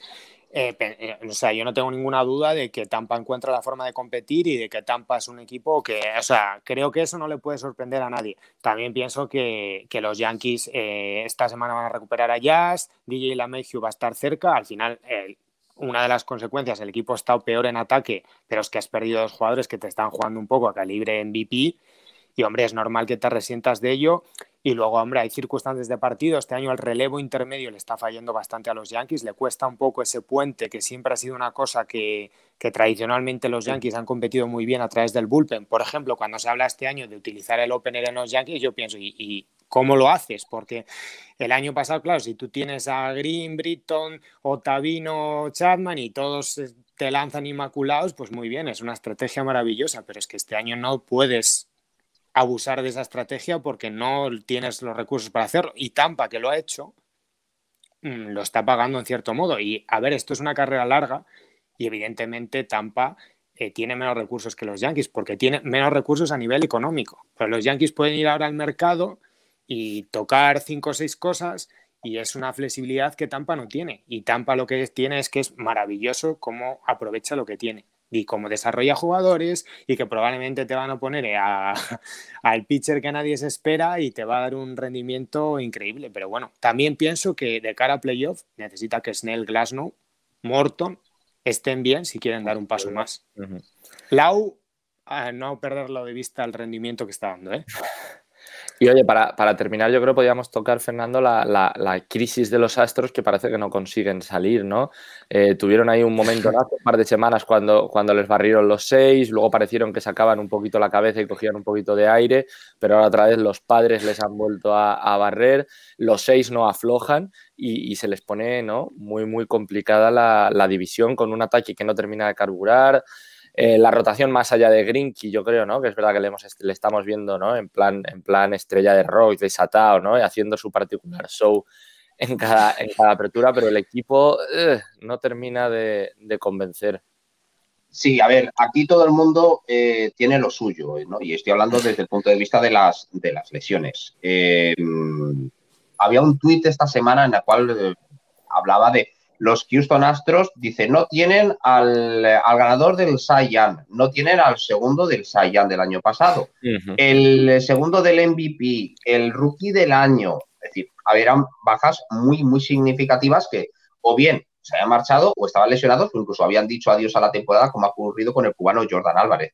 S2: o sea, yo no tengo ninguna duda de que Tampa encuentra la forma de competir y de que Tampa es un equipo que, o sea, creo que eso no le puede sorprender a nadie. También pienso que los Yankees esta semana van a recuperar a Jazz, DJ LeMahieu va a estar cerca, al final una de las consecuencias, el equipo está peor en ataque, pero es que has perdido 2 jugadores que te están jugando un poco a calibre MVP y, hombre, es normal que te resientas de ello. Y luego, hombre, hay circunstancias de partido. Este año el relevo intermedio le está fallando bastante a los Yankees. Le cuesta un poco ese puente, que siempre ha sido una cosa que tradicionalmente los Yankees han competido muy bien a través del bullpen. Por ejemplo, cuando se habla este año de utilizar el opener en los Yankees, yo pienso, ¿y cómo lo haces? Porque el año pasado, claro, si tú tienes a Green, Britton, Ottavino, Chapman y todos te lanzan inmaculados, pues muy bien, es una estrategia maravillosa. Pero es que este año no puedes abusar de esa estrategia porque no tienes los recursos para hacerlo. Y Tampa, que lo ha hecho, lo está pagando en cierto modo. Y, a ver, esto es una carrera larga y evidentemente Tampa tiene menos recursos que los Yankees, porque tiene menos recursos a nivel económico. Pero los Yankees pueden ir ahora al mercado y tocar 5 o 6 cosas, y es una flexibilidad que Tampa no tiene. Y Tampa lo que tiene es que es maravilloso cómo aprovecha lo que tiene y cómo desarrolla jugadores, y que probablemente te van a poner al pitcher que nadie se espera y te va a dar un rendimiento increíble. Pero bueno, también pienso que de cara a playoff necesita que Snell, Glasnow, Morton estén bien si quieren dar un paso más. Lau, no perderlo de vista el rendimiento que está dando, ¿eh?
S1: Y oye, para terminar, yo creo que podríamos tocar, Fernando, la crisis de los Astros, que parece que no consiguen salir, ¿no? Tuvieron ahí un momento, ¿no? Hace un par de semanas cuando les barrieron los 6, luego parecieron que sacaban un poquito la cabeza y cogían un poquito de aire, pero ahora otra vez los Padres les han vuelto a barrer, los 6 no aflojan y se les pone, ¿no? Muy, muy complicada la división, con un ataque que no termina de carburar. La rotación más allá de Greinke, yo creo, ¿no? Que es verdad que le estamos viendo, ¿no? En plan estrella de rock, desatado, ¿no? Y haciendo su particular show en cada apertura, pero el equipo no termina de convencer.
S4: Sí, a ver, aquí todo el mundo tiene lo suyo, ¿no? Y estoy hablando desde el punto de vista de las lesiones. Había un tuit esta semana en la cual hablaba de los Houston Astros, dice, no tienen al ganador del Cy Young, no tienen al segundo del Cy Young del año pasado, el segundo del MVP, el rookie del año. Es decir, eran bajas muy, muy significativas que o bien se habían marchado o estaban lesionados o incluso habían dicho adiós a la temporada, como ha ocurrido con el cubano Jordan Álvarez.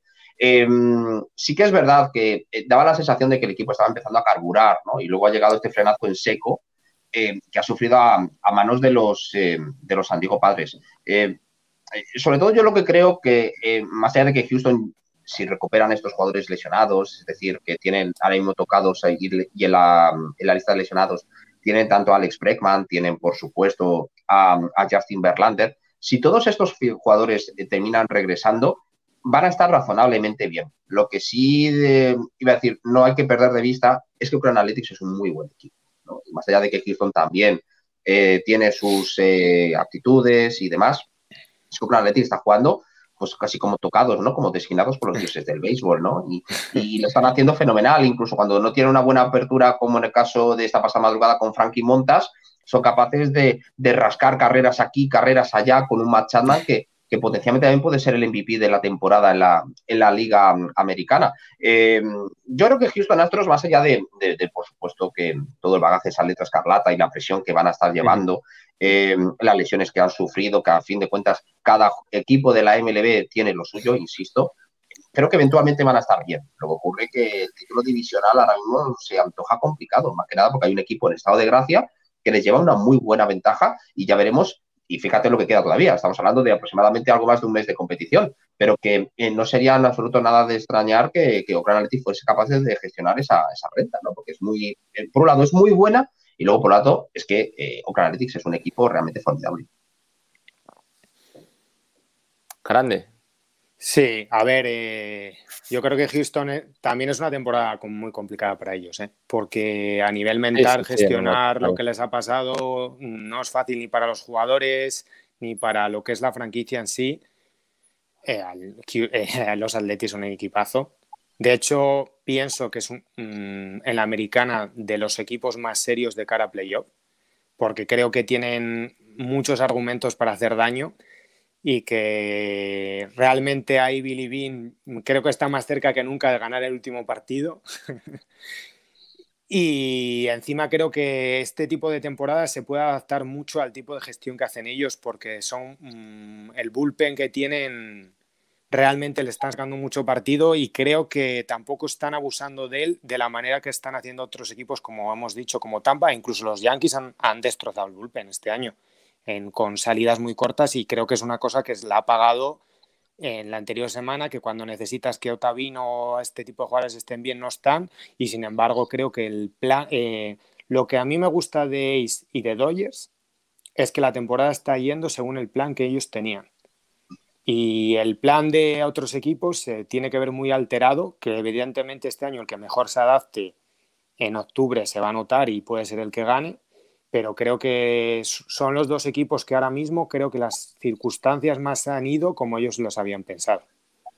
S4: Sí que es verdad que daba la sensación de que el equipo estaba empezando a carburar, ¿no? Y luego ha llegado este frenazo en seco que ha sufrido a manos de los San Diego Padres. Sobre todo yo lo que creo que, más allá de que Houston, si recuperan estos jugadores lesionados, es decir, que tienen ahora mismo tocados y en la lista de lesionados, tienen tanto a Alex Bregman, tienen por supuesto a Justin Verlander, si todos estos jugadores terminan regresando, van a estar razonablemente bien. Lo que sí iba a decir, no hay que perder de vista, es que Oakland Athletics es un muy buen equipo, ¿no? Y más allá de que Houston también tiene sus aptitudes y demás, es que Oakland Athletics está jugando pues casi como tocados, ¿no? Como designados por los dioses del béisbol, ¿no? Y lo están haciendo fenomenal, incluso cuando no tienen una buena apertura, como en el caso de esta pasada madrugada con Frankie Montas, son capaces de rascar carreras aquí, carreras allá, con un Matt Chapman que potencialmente también puede ser el MVP de la temporada en la Liga Americana. Yo creo que Houston Astros, más allá de por supuesto, que todo el bagaje de esa letra escarlata y la presión que van a estar llevando, las lesiones que han sufrido, que a fin de cuentas cada equipo de la MLB tiene lo suyo, insisto, creo que eventualmente van a estar bien. Lo que ocurre es que el título divisional ahora mismo se antoja complicado, más que nada porque hay un equipo en estado de gracia que les lleva una muy buena ventaja y ya veremos. Y fíjate lo que queda todavía. Estamos hablando de aproximadamente algo más de un mes de competición, pero que no sería en absoluto nada de extrañar que Oakland Athletics fuese capaz de gestionar esa renta, ¿no? Porque es muy, por un lado es muy buena y luego por otro lado es que Oakland Athletics es un equipo realmente formidable.
S1: Grande.
S2: Sí, a ver, yo creo que Houston también es una temporada muy complicada para ellos, porque a nivel mental gestionar lo que les ha pasado no es fácil ni para los jugadores ni para lo que es la franquicia en sí. Los Athletics son un equipazo. De hecho, pienso que es en la americana de los equipos más serios de cara a playoff, porque creo que tienen muchos argumentos para hacer daño. Y que realmente ahí Billy Beane creo que está más cerca que nunca de ganar el último partido. Y encima creo que este tipo de temporadas se puede adaptar mucho al tipo de gestión que hacen ellos, porque son el bullpen que tienen, realmente le están sacando mucho partido y creo que tampoco están abusando de él de la manera que están haciendo otros equipos, como hemos dicho, como Tampa. Incluso los Yankees han destrozado el bullpen este año con salidas muy cortas, y creo que es una cosa que la ha pagado en la anterior semana, que cuando necesitas que Ottavino o este tipo de jugadores estén bien no están, y sin embargo creo que el plan, lo que a mí me gusta de Ace y de Dodgers es que la temporada está yendo según el plan que ellos tenían, y el plan de otros equipos tiene que ver muy alterado, que evidentemente este año el que mejor se adapte en octubre se va a notar y puede ser el que gane. Pero creo que son los dos equipos que ahora mismo creo que las circunstancias más han ido como ellos los habían pensado.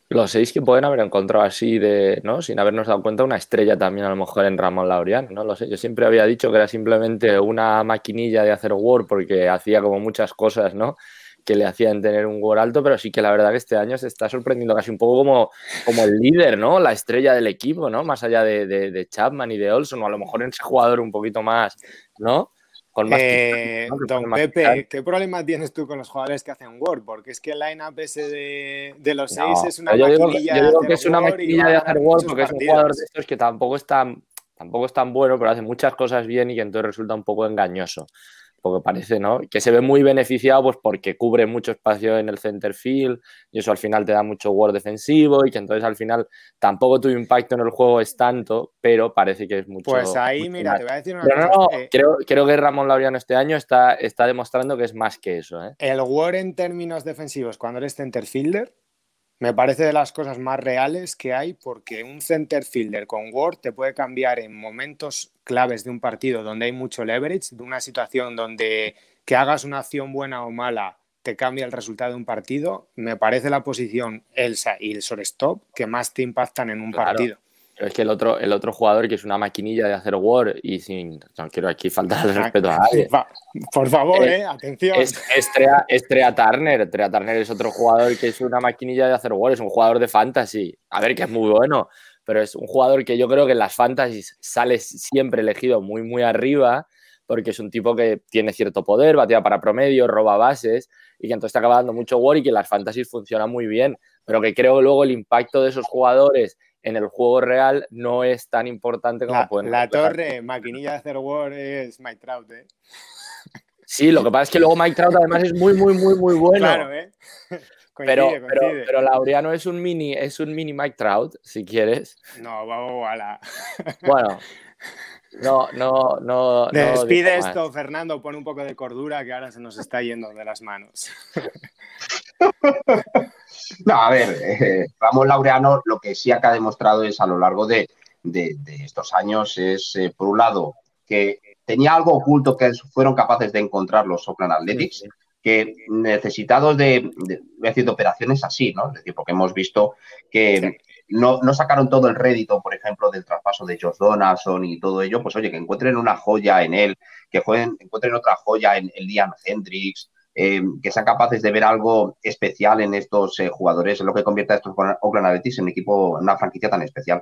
S1: Los 6 que pueden haber encontrado así de, ¿no? Sin habernos dado cuenta, una estrella también a lo mejor en Ramón Laureano, no lo sé. Yo siempre había dicho que era simplemente una maquinilla de hacer Word porque hacía como muchas cosas, ¿no? Que le hacían tener un Word alto, pero sí que la verdad que este año se está sorprendiendo casi un poco como el líder, ¿no? La estrella del equipo, ¿no? Más allá de Chapman y de Olson, o a lo mejor en ese jugador un poquito más, ¿no? Con más picante, ¿no? Que pone
S2: Don
S1: más
S2: Pepe,
S1: picante.
S2: ¿qué problema tienes tú con los jugadores que hacen Word? Porque es que el line-up ese de los 6
S1: No,
S2: es una
S1: pero
S2: maquinilla
S1: yo
S2: de
S1: digo
S2: hacer
S1: que es una
S2: Word y
S1: maquinilla
S2: va a
S1: de
S2: ganar
S1: hacer Word
S2: muchos
S1: porque es un jugador de
S2: partidos.
S1: estos que tampoco es tan bueno, pero hace muchas cosas bien y que entonces resulta un poco engañoso. Porque parece, ¿no? Que se ve muy beneficiado pues porque cubre mucho espacio en el center field y eso al final te da mucho Word defensivo y que entonces al final tampoco tu impacto en el juego es tanto, pero parece que es
S2: Pues ahí,
S1: mucho
S2: mira,
S1: más.
S2: te voy a decir una
S1: Pero
S2: cosa.
S1: no, creo que Ramón Laureano este año está demostrando que es más que eso, ¿eh?
S2: El Word en términos defensivos, cuando eres center fielder, me parece de las cosas más reales que hay porque un center fielder con Word te puede cambiar en momentos claves de un partido donde hay mucho leverage, de una situación donde que hagas una acción buena o mala te cambia el resultado de un partido. Me parece la posición Elsa y el shortstop que más te impactan en un
S1: Claro.
S2: partido.
S1: Pero es que el otro jugador que es una maquinilla de hacer Word y sin. No quiero aquí faltar el respeto a nadie.
S2: Por favor,
S1: eh,
S2: atención.
S1: es Turner. Trea Turner es otro jugador que es una maquinilla de hacer Word, es un jugador de fantasy. A ver, que es muy bueno, pero es un jugador que yo creo que en las fantasies sale siempre elegido muy, muy arriba porque es un tipo que tiene cierto poder, batea para promedio, roba bases y que entonces te acaba dando mucho Word y que en las fantasies funciona muy bien. Pero que creo que luego el impacto de esos jugadores en el juego real no es tan importante como pueden
S2: La
S1: reflejar.
S2: torre, maquinilla de hacer Word es Mike Trout,
S1: Sí, lo que pasa es que luego Mike Trout además es muy, muy, muy, muy bueno.
S2: Claro,
S1: Pero,
S2: coincide.
S1: pero Laureano es un mini Mike Trout, si quieres.
S2: No, vamos a la...
S1: Bueno, no digo
S2: Despide
S1: más.
S2: esto, Fernando, pon un poco de cordura que ahora se nos está yendo de las manos.
S4: No, a ver, Ramón Laureano lo que sí ha demostrado es a lo largo de estos años es, por un lado, que tenía algo oculto que fueron capaces de encontrar los Oakland Athletics, que necesitados voy a decir, de operaciones así, ¿no? Es decir, porque hemos visto que no sacaron todo el rédito, por ejemplo, del traspaso de Josh Donaldson y todo ello, pues oye, que encuentren una joya en él, que encuentren otra joya en Liam Hendricks, que sean capaces de ver algo especial en estos jugadores, es lo que convierte a estos Oakland Athletics en un equipo, en una franquicia tan especial.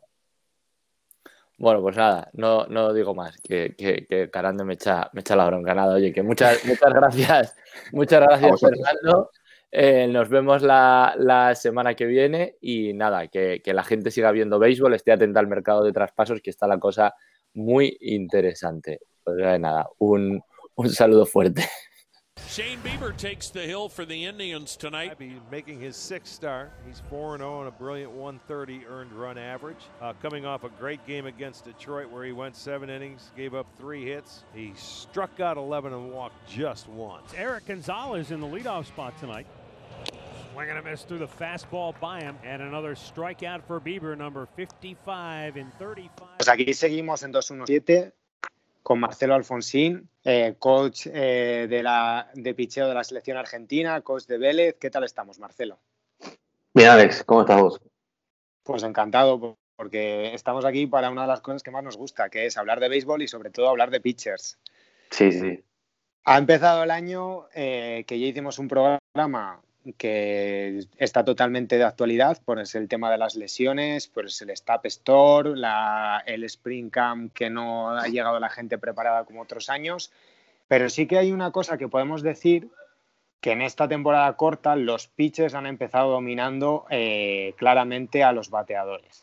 S1: Bueno, pues nada, no digo más, que Carande me echa la bronca. Nada, oye, que muchas gracias, Fernando. Nos vemos la semana que viene y nada, que la gente siga viendo béisbol, esté atenta al mercado de traspasos, que está la cosa muy interesante. Pues nada, un saludo fuerte.
S3: Shane Bieber takes the hill for the Indians tonight.
S5: Making his sixth start. He's 4-0 on a brilliant 130 earned run average. Coming off a great game against Detroit where he went 7 innings, gave up 3 hits. He struck out 11 and walked just once.
S3: Eric Gonzalez in the leadoff spot tonight. Swing and a miss through the fastball by him. And another strikeout for Bieber, number 55 in 35.
S2: Pues aquí seguimos en 2-1-7 con Marcelo Alfonsín, coach de picheo de la selección argentina, coach de Vélez. ¿Qué tal estamos, Marcelo?
S6: Bien, Alex, ¿cómo estás vos?
S2: Pues encantado, porque estamos aquí para una de las cosas que más nos gusta, que es hablar de béisbol y sobre todo hablar de pitchers.
S6: Sí.
S2: Ha empezado el año que ya hicimos un programa que está totalmente de actualidad, pues el tema de las lesiones, pues el Stap Store, el Spring Camp, que no ha llegado la gente preparada como otros años, pero sí que hay una cosa que podemos decir, que en esta temporada corta los pitchers han empezado dominando claramente a los bateadores.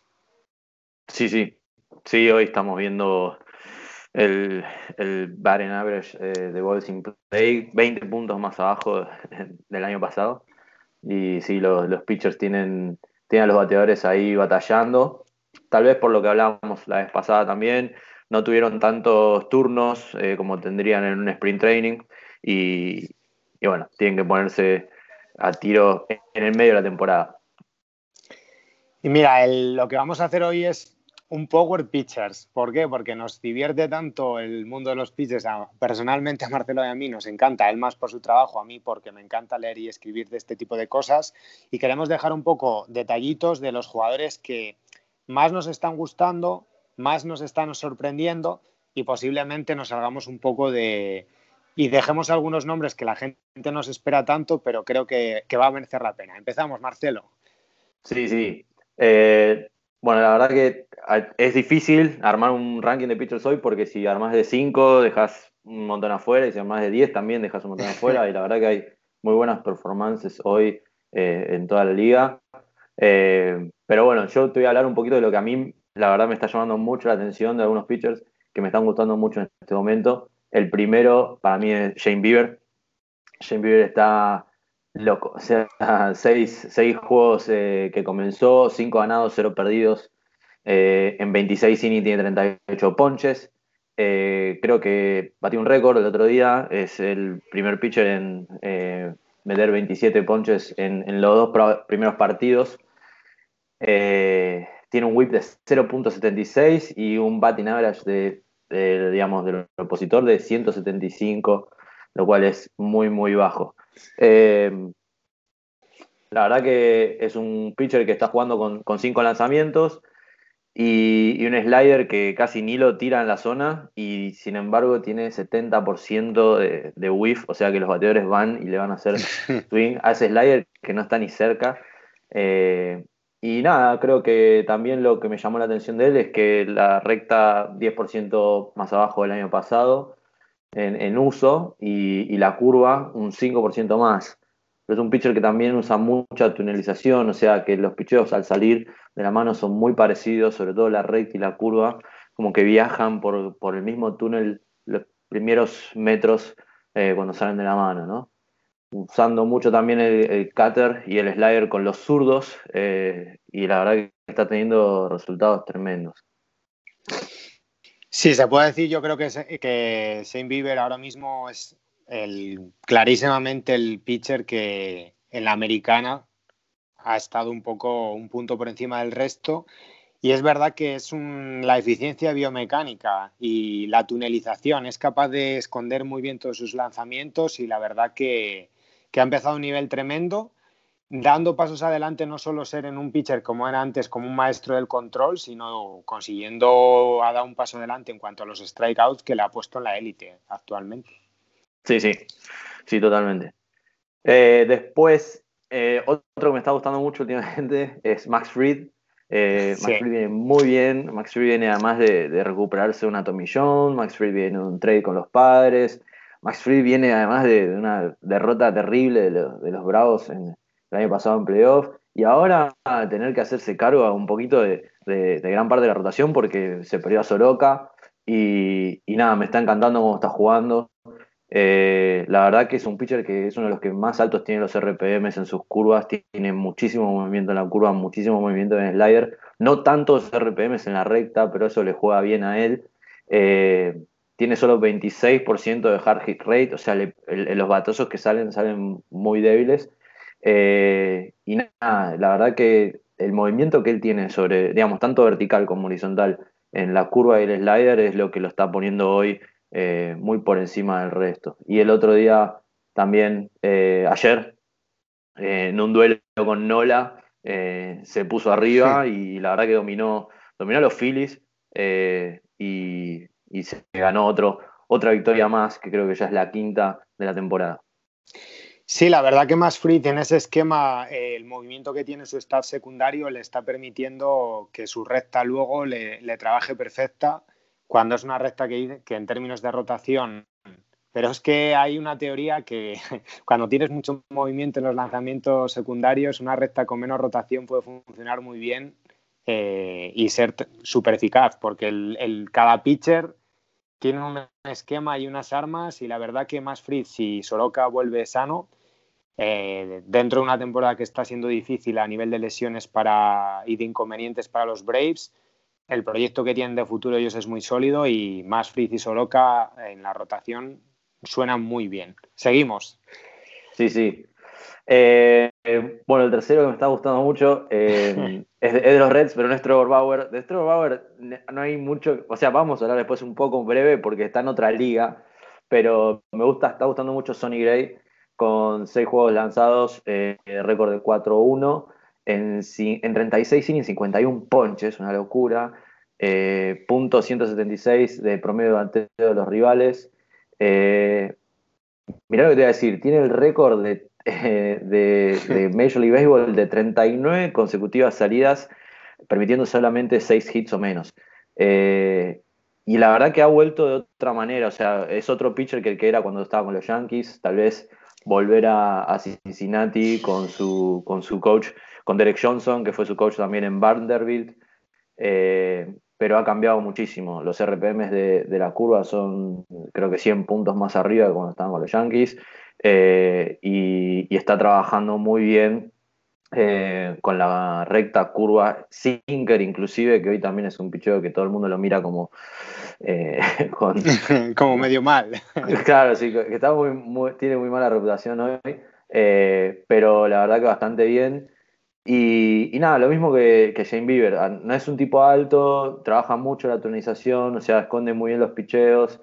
S6: Sí, hoy estamos viendo el batting average de balls in play, 20 puntos más abajo del año pasado. Y sí, los pitchers tienen a los bateadores ahí batallando. Tal vez por lo que hablábamos la vez pasada también, no tuvieron tantos turnos como tendrían en un sprint training. Y bueno, tienen que ponerse a tiro en el medio de la temporada.
S2: Y mira, lo que vamos a hacer hoy es un power pitchers. ¿Por qué? Porque nos divierte tanto el mundo de los pitchers. Personalmente a Marcelo y a mí nos encanta, él más por su trabajo, a mí porque me encanta leer y escribir de este tipo de cosas. Y queremos dejar un poco detallitos de los jugadores que más nos están gustando, más nos están sorprendiendo y posiblemente nos salgamos un poco de... Y dejemos algunos nombres que la gente no se espera tanto, pero creo que va a merecer la pena. Empezamos, Marcelo.
S6: Sí, sí. Bueno, la verdad que es difícil armar un ranking de pitchers hoy porque si armás de 5 dejas un montón afuera y si armás de 10 también dejas un montón afuera y la verdad que hay muy buenas performances hoy en toda la liga. Pero bueno, yo te voy a hablar un poquito de lo que a mí la verdad me está llamando mucho la atención de algunos pitchers que me están gustando mucho en este momento. El primero para mí es Shane Bieber. Shane Bieber está loco, o sea, seis juegos que comenzó, 5 ganados, 0 perdidos, en 26 innings tiene 38 ponches. Creo que batió un récord el otro día, es el primer pitcher en meter 27 ponches en los dos primeros partidos. Tiene un whip de 0.76 y un batting average digamos, del opositor de 175, lo cual es muy, muy bajo. La verdad que es un pitcher que está jugando con 5 lanzamientos y un slider que casi ni lo tira en la zona y sin embargo tiene 70% de whiff, o sea que los bateadores van y le van a hacer swing a ese slider que no está ni cerca. Y nada, creo que también lo que me llamó la atención de él es que la recta 10% más abajo del año pasado en uso y la curva un 5% más. Pero es un pitcher que también usa mucha tunelización, o sea que los picheos al salir de la mano son muy parecidos, sobre todo la recta y la curva, como que viajan por el mismo túnel los primeros metros cuando salen de la mano, ¿no? Usando mucho también el cutter y el slider con los zurdos y la verdad que está teniendo resultados tremendos.
S2: Sí, se puede decir, yo creo que Shane Bieber ahora mismo es clarísimamente el pitcher que en la americana ha estado un punto por encima del resto. Y es verdad que es la eficiencia biomecánica y la tunelización. Es capaz de esconder muy bien todos sus lanzamientos y la verdad que ha empezado a un nivel tremendo, dando pasos adelante, no solo ser en un pitcher como era antes, como un maestro del control, sino consiguiendo a dar un paso adelante en cuanto a los strikeouts que le ha puesto en la élite actualmente.
S6: Sí, totalmente. Después, otro que me está gustando mucho últimamente es Max Fried. Max Fried viene muy bien. Max Fried viene además de recuperarse una Tommy John. Max Fried viene de un trade con los Padres. Max Fried viene además de una derrota terrible de los Bravos el año pasado en playoff. Y ahora a tener que hacerse cargo un poquito de gran parte de la rotación porque se perdió a Soroka. Y nada, me está encantando cómo está jugando. La verdad que es un pitcher que es uno de los que más altos tiene los RPMs en sus curvas, tiene muchísimo movimiento en la curva, muchísimo movimiento en el slider, no tantos RPMs en la recta, pero eso le juega bien a él. Tiene solo 26% de hard hit rate, o sea, los batazos que salen muy débiles. Y nada, la verdad que el movimiento que él tiene digamos, tanto vertical como horizontal en la curva y el slider es lo que lo está poniendo hoy muy por encima del resto. Y el otro día también, ayer, en un duelo con Nola, se puso arriba y la verdad que dominó a los Phillies y se ganó otra victoria más, que creo que ya es la quinta de la temporada.
S2: Sí, la verdad que Max Fried en ese esquema, el movimiento que tiene su staff secundario le está permitiendo que su recta luego le trabaje perfecta, cuando es una recta que en términos de rotación. Pero es que hay una teoría que cuando tienes mucho movimiento en los lanzamientos secundarios, una recta con menos rotación puede funcionar muy bien y ser súper eficaz, porque cada pitcher tiene un esquema y unas armas y la verdad que Max Fried, si Soroka vuelve sano, dentro de una temporada que está siendo difícil a nivel de lesiones y de inconvenientes para los Braves, el proyecto que tienen de futuro ellos es muy sólido y Max Fried y Soroka en la rotación suenan muy bien. Seguimos.
S6: Sí. Bueno, el tercero que me está gustando mucho es de los Reds, pero no es Trevor Bauer. De Trevor Bauer no hay mucho, o sea, vamos a hablar después un poco breve porque está en otra liga, pero está gustando mucho Sonny Gray con 6 juegos lanzados, récord de 4-1 en 36 innings, 51 ponches, una locura. Punto 176 de promedio ante de los rivales. Mirá lo que te voy a decir, tiene el récord de Major League Baseball de 39 consecutivas salidas, permitiendo solamente 6 hits o menos. Y la verdad que ha vuelto de otra manera, o sea, es otro pitcher que el que era cuando estaba con los Yankees, tal vez volver a Cincinnati con su coach, con Derek Johnson, que fue su coach también en Vanderbilt. Pero ha cambiado muchísimo. Los RPMs de la curva son, creo que 100 puntos más arriba de cuando estaban con los Yankees. Y está trabajando muy bien con la recta curva sinker, inclusive, que hoy también es un picheo que todo el mundo lo mira como con...
S2: como medio mal.
S6: Claro, sí, que está tiene muy mala reputación hoy, pero la verdad que bastante bien. Y nada, lo mismo que Shane Bieber. No es un tipo alto, trabaja mucho la tonización, o sea, esconde muy bien los picheos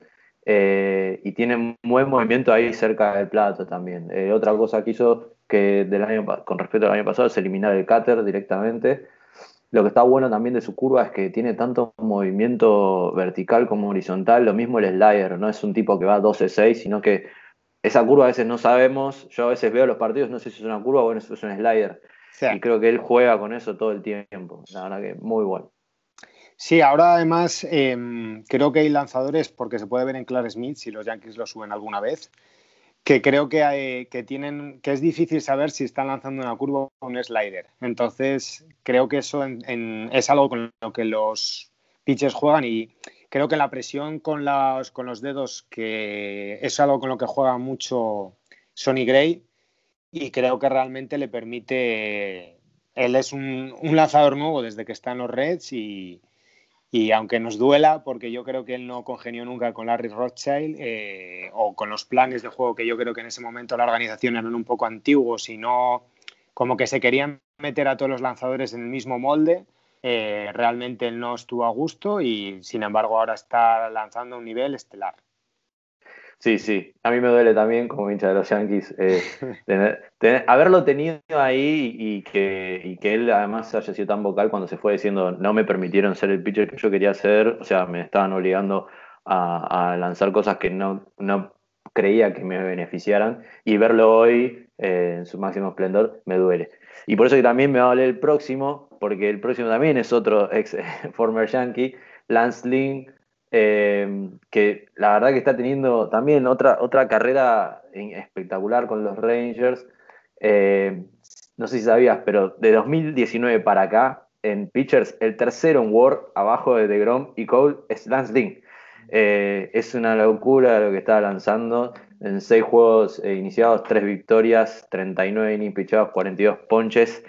S6: y tiene buen movimiento ahí cerca del plato también. Otra cosa que hizo que con respecto al año pasado es eliminar el cutter directamente. Lo que está bueno también de su curva es que tiene tanto movimiento vertical como horizontal, lo mismo el slider, no es un tipo que va 12-6, sino que esa curva a veces no sabemos, yo a veces veo los partidos, no sé si es una curva o es un slider.
S2: Sí.
S6: Y creo que él juega con eso todo el tiempo. La verdad que muy bueno.
S2: Sí, ahora además creo que hay lanzadores, porque se puede ver en Clark Smith, si los Yankees lo suben alguna vez, que creo que es difícil saber si están lanzando una curva o un slider. Entonces, creo que eso es algo con lo que los pitchers juegan y creo que la presión con los dedos, que es algo con lo que juega mucho Sonny Gray, y creo que realmente le permite... Él es un lanzador nuevo desde que está en los Reds y aunque nos duela, porque yo creo que él no congenió nunca con Larry Rothschild o con los planes de juego que yo creo que en ese momento la organización eran un poco antiguos y no como que se querían meter a todos los lanzadores en el mismo molde. Realmente él no estuvo a gusto y sin embargo ahora está lanzando a un nivel estelar.
S6: Sí, sí, a mí me duele también como hincha de los Yankees haberlo tenido ahí y que él además haya sido tan vocal cuando se fue diciendo no me permitieron ser el pitcher que yo quería ser, o sea, me estaban obligando a lanzar cosas que no creía que me beneficiaran y verlo hoy en su máximo esplendor me duele. Y por eso que también me va a doler el próximo, porque el próximo también es otro ex former Yankee, Lance Lynn, que la verdad que está teniendo también otra carrera espectacular con los Rangers. No sé si sabías, pero de 2019 para acá, en pitchers, el tercero en WAR, abajo de DeGrom y Cole, es Lance Lynn. Es una locura lo que está lanzando. En 6 juegos iniciados, 3 victorias, 39 innings pitchados, 42 ponches.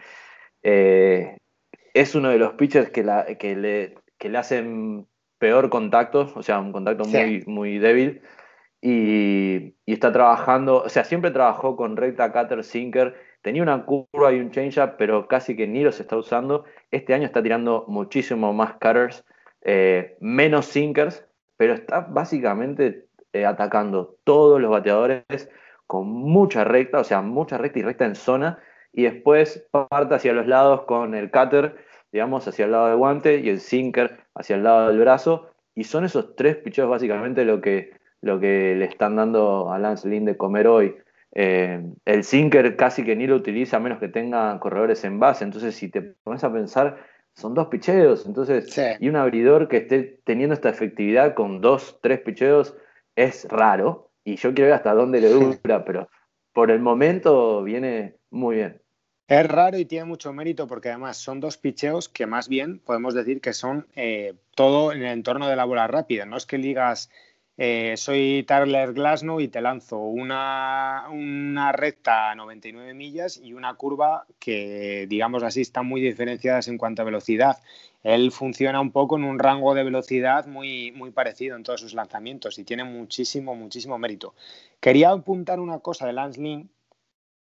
S6: Es uno de los pitchers que le hacen peor contacto, o sea, un contacto muy, muy débil. Y está trabajando, o sea, siempre trabajó con recta, cutter, sinker. Tenía una curva y un changeup, pero casi que ni los está usando. Este año está tirando muchísimo más cutters, menos sinkers, pero está básicamente atacando todos los bateadores con mucha recta, o sea, mucha recta y recta en zona, y después parte hacia los lados con el cutter, digamos, hacia el lado del guante, y el sinker hacia el lado del brazo, y son esos 3 picheos básicamente lo que le están dando a Lance Lynn de comer hoy. El sinker casi que ni lo utiliza a menos que tenga corredores en base, entonces si te pones a pensar, son 2 picheos, entonces,
S2: Sí.
S6: Y un abridor que esté teniendo esta efectividad con 2, 3 picheos es raro, y yo quiero ver hasta dónde le dura, pero por el momento viene muy bien.
S2: Es raro y tiene mucho mérito porque además son 2 picheos que más bien podemos decir que son todo en el entorno de la bola rápida. No es que digas soy Tyler Glasnow y te lanzo una recta a 99 millas y una curva que, digamos así, están muy diferenciadas en cuanto a velocidad. Él funciona un poco en un rango de velocidad muy, muy parecido en todos sus lanzamientos y tiene muchísimo, muchísimo mérito. Quería apuntar una cosa de Lance Lynn,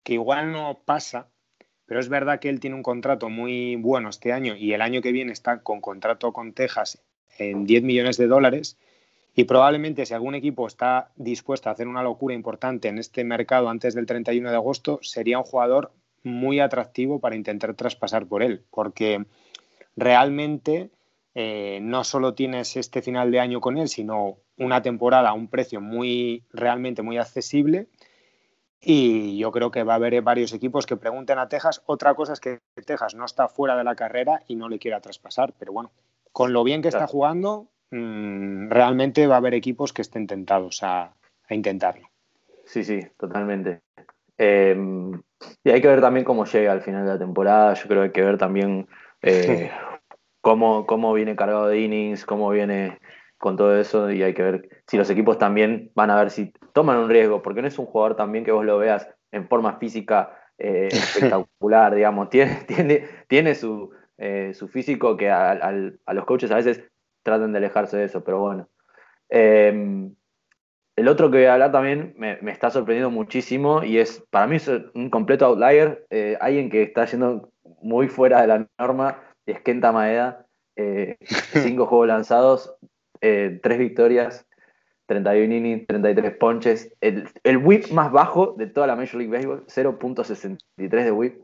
S2: que igual no pasa, pero es verdad que él tiene un contrato muy bueno este año y el año que viene está con contrato con Texas en $10 millones y probablemente si algún equipo está dispuesto a hacer una locura importante en este mercado antes del 31 de agosto, sería un jugador muy atractivo para intentar traspasar por él, porque realmente no solo tienes este final de año con él, sino una temporada a un precio realmente muy accesible. Y yo creo que va a haber varios equipos que pregunten a Texas. Otra cosa es que Texas no está fuera de la carrera y no le quiera traspasar, pero bueno, con lo bien que está jugando, realmente va a haber equipos que estén tentados a intentarlo.
S6: Sí, sí, totalmente. Y hay que ver también cómo llega al final de la temporada. Yo creo que hay que ver también cómo viene cargado de innings, cómo viene con todo eso, y hay que ver si los equipos también van a ver si toman un riesgo, porque no es un jugador también que vos lo veas en forma física espectacular, digamos, tiene su físico que a los coaches a veces tratan de alejarse de eso, pero bueno. El otro que voy a hablar también me está sorprendiendo muchísimo y para mí es un completo outlier, alguien que está yendo muy fuera de la norma, y es Kenta Maeda. 5 juegos lanzados, 3 victorias, 31 innings, 33 ponches. El whip más bajo de toda la Major League Baseball, 0.63 de whip,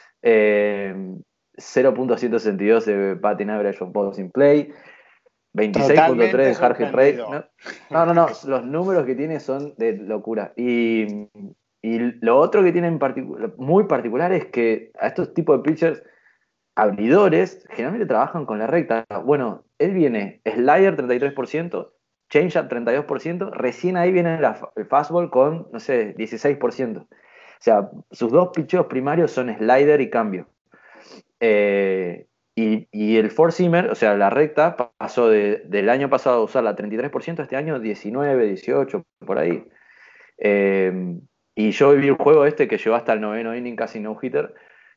S6: 0.162 de batting average on balls in play, 26.3 de hard hit rate. No, los números que tiene son de locura. Y lo otro que tiene muy particular es que a estos tipos de pitchers abridores generalmente trabajan con la recta. Bueno, él viene slider 33%, changeup 32%, recién ahí viene el fastball con, no sé, 16%. O sea, sus dos picheos primarios son slider y cambio. Y el four-seamer, o sea, la recta, pasó del año pasado a usarla 33%, este año 19, 18, por ahí. Y yo vi el juego que llegó hasta el 9º inning, casi no-hitter,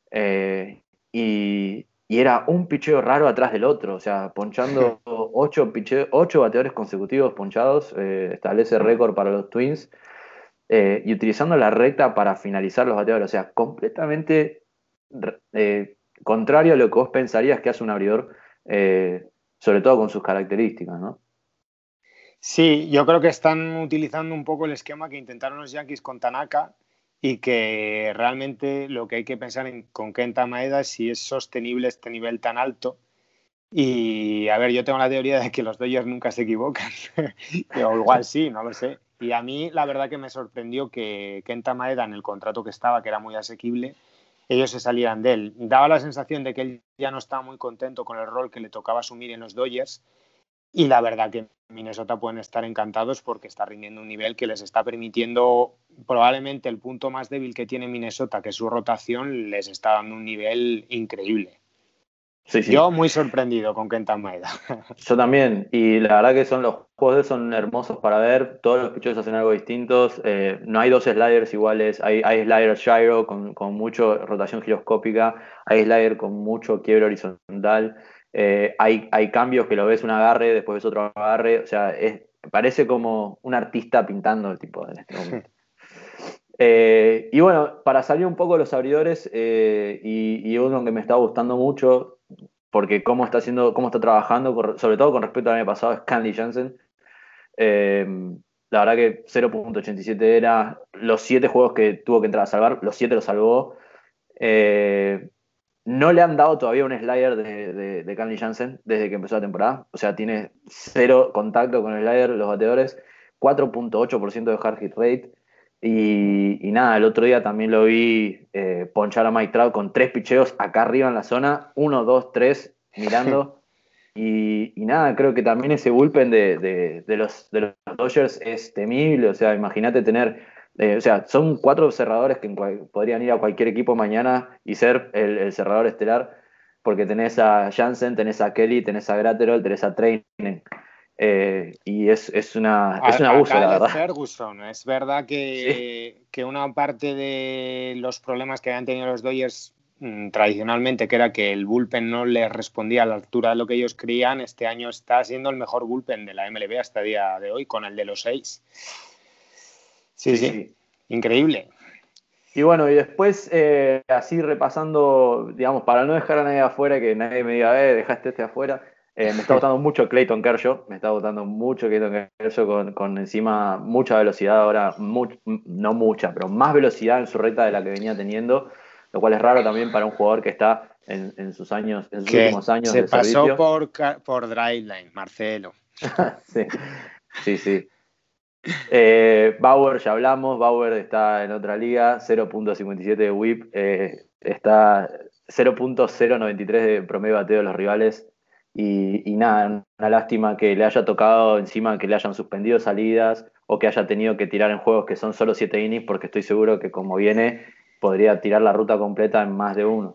S6: y era un picheo raro atrás del otro, o sea, ponchando 8 bateadores consecutivos ponchados, establece récord para los Twins, y utilizando la recta para finalizar los bateadores, o sea, completamente contrario a lo que vos pensarías que hace un abridor, sobre todo con sus características, ¿no?
S2: Sí, yo creo que están utilizando un poco el esquema que intentaron los Yankees con Tanaka y que realmente lo que hay que pensar con Kenta Maeda es si es sostenible este nivel tan alto. Y a ver, yo tengo la teoría de que los Dodgers nunca se equivocan, o igual sí, no lo sé. Y a mí la verdad que me sorprendió que Kenta Maeda, en el contrato que estaba, que era muy asequible, ellos se salieran de él. Daba la sensación de que él ya no estaba muy contento con el rol que le tocaba asumir en los Dodgers. Y la verdad que Minnesota pueden estar encantados porque está rindiendo un nivel que les está permitiendo, probablemente el punto más débil que tiene Minnesota, que es su rotación, les está dando un nivel increíble.
S6: Sí, sí.
S2: Yo muy sorprendido con Kenta Maeda.
S6: Yo también, y la verdad que los juegos de él son hermosos para ver, todos los pichos hacen algo distintos, no hay dos sliders iguales, hay slider gyro con mucho rotación giroscópica, hay slider con mucho quiebre horizontal, hay cambios que lo ves un agarre, después ves otro agarre, o sea, parece como un artista pintando el tipo en este momento. Y bueno, para salir un poco de los abridores, y uno que me está gustando mucho, porque cómo está trabajando, sobre todo con respecto al año pasado, es Kenley Jansen. La verdad que 0.87 era los 7 juegos que tuvo que entrar a salvar, los 7 los salvó. No le han dado todavía un slider de Kenley Jansen desde que empezó la temporada. O sea, tiene 0 contacto con el slider, los bateadores, 4.8% de hard hit rate. Y nada, el otro día también lo vi ponchar a Mike Trout con 3 picheos acá arriba en la zona, 1, 2, 3, mirando. Y nada, creo que también ese bullpen de los Dodgers es temible. O sea, imagínate tener, o sea, son 4 cerradores que podrían ir a cualquier equipo mañana y ser el cerrador estelar, porque tenés a Jansen, tenés a Kelly, tenés a Gratterall, tenés a Treinen. Y es un abuso, la verdad.
S2: Ferguson. Es verdad que una parte de los problemas que habían tenido los Dodgers tradicionalmente, que era que el bullpen no les respondía a la altura de lo que ellos creían, este año está siendo el mejor bullpen de la MLB hasta el día de hoy, con el de los 6. Sí. Increíble.
S6: Y bueno, y después, así repasando, digamos, para no dejar a nadie afuera, que nadie me diga, dejaste este afuera, me está gustando mucho Clayton Kershaw, con encima mucha velocidad ahora, no mucha, pero más velocidad en su recta de la que venía teniendo, lo cual es raro también para un jugador que está en sus últimos años
S2: se
S6: de
S2: pasó
S6: servicio.
S2: por Driveline, Marcelo.
S6: Sí. Bauer, ya hablamos, Bauer está en otra liga, 0.57 de whip, está 0.093 de promedio bateo de los rivales y nada, una lástima que le haya tocado encima que le hayan suspendido salidas o que haya tenido que tirar en juegos que son solo 7 innings, porque estoy seguro que como viene podría tirar la ruta completa en más de uno.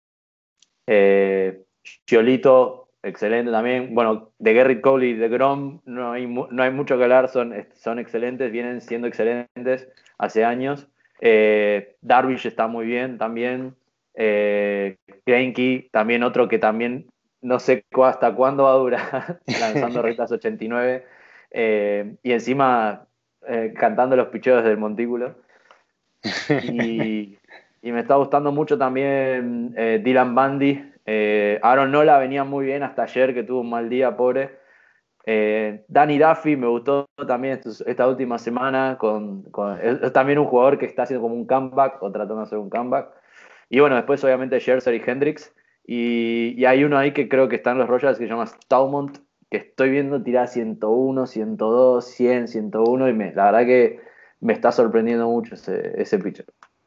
S6: Chiolito, excelente también. Bueno, de Gerrit Cole y de Grom no hay mucho que hablar, son excelentes, vienen siendo excelentes hace años. Darvish está muy bien también. Greinke, también otro que también no sé hasta cuándo va a durar, lanzando rectas 89. Y encima cantando los picheos del montículo. Y me está gustando mucho también Dylan Bundy. Aaron Nola venía muy bien hasta ayer, que tuvo un mal día, pobre. Danny Duffy me gustó también esta última semana. Es también un jugador que está haciendo como un comeback o tratando de hacer un comeback. Y bueno, después obviamente Scherzer y Hendricks. Y hay uno ahí que creo que está en los Royals que se llama Staumont, que estoy viendo tirar 101, 102, 100, 101. Y la verdad que me está sorprendiendo mucho ese pitcher.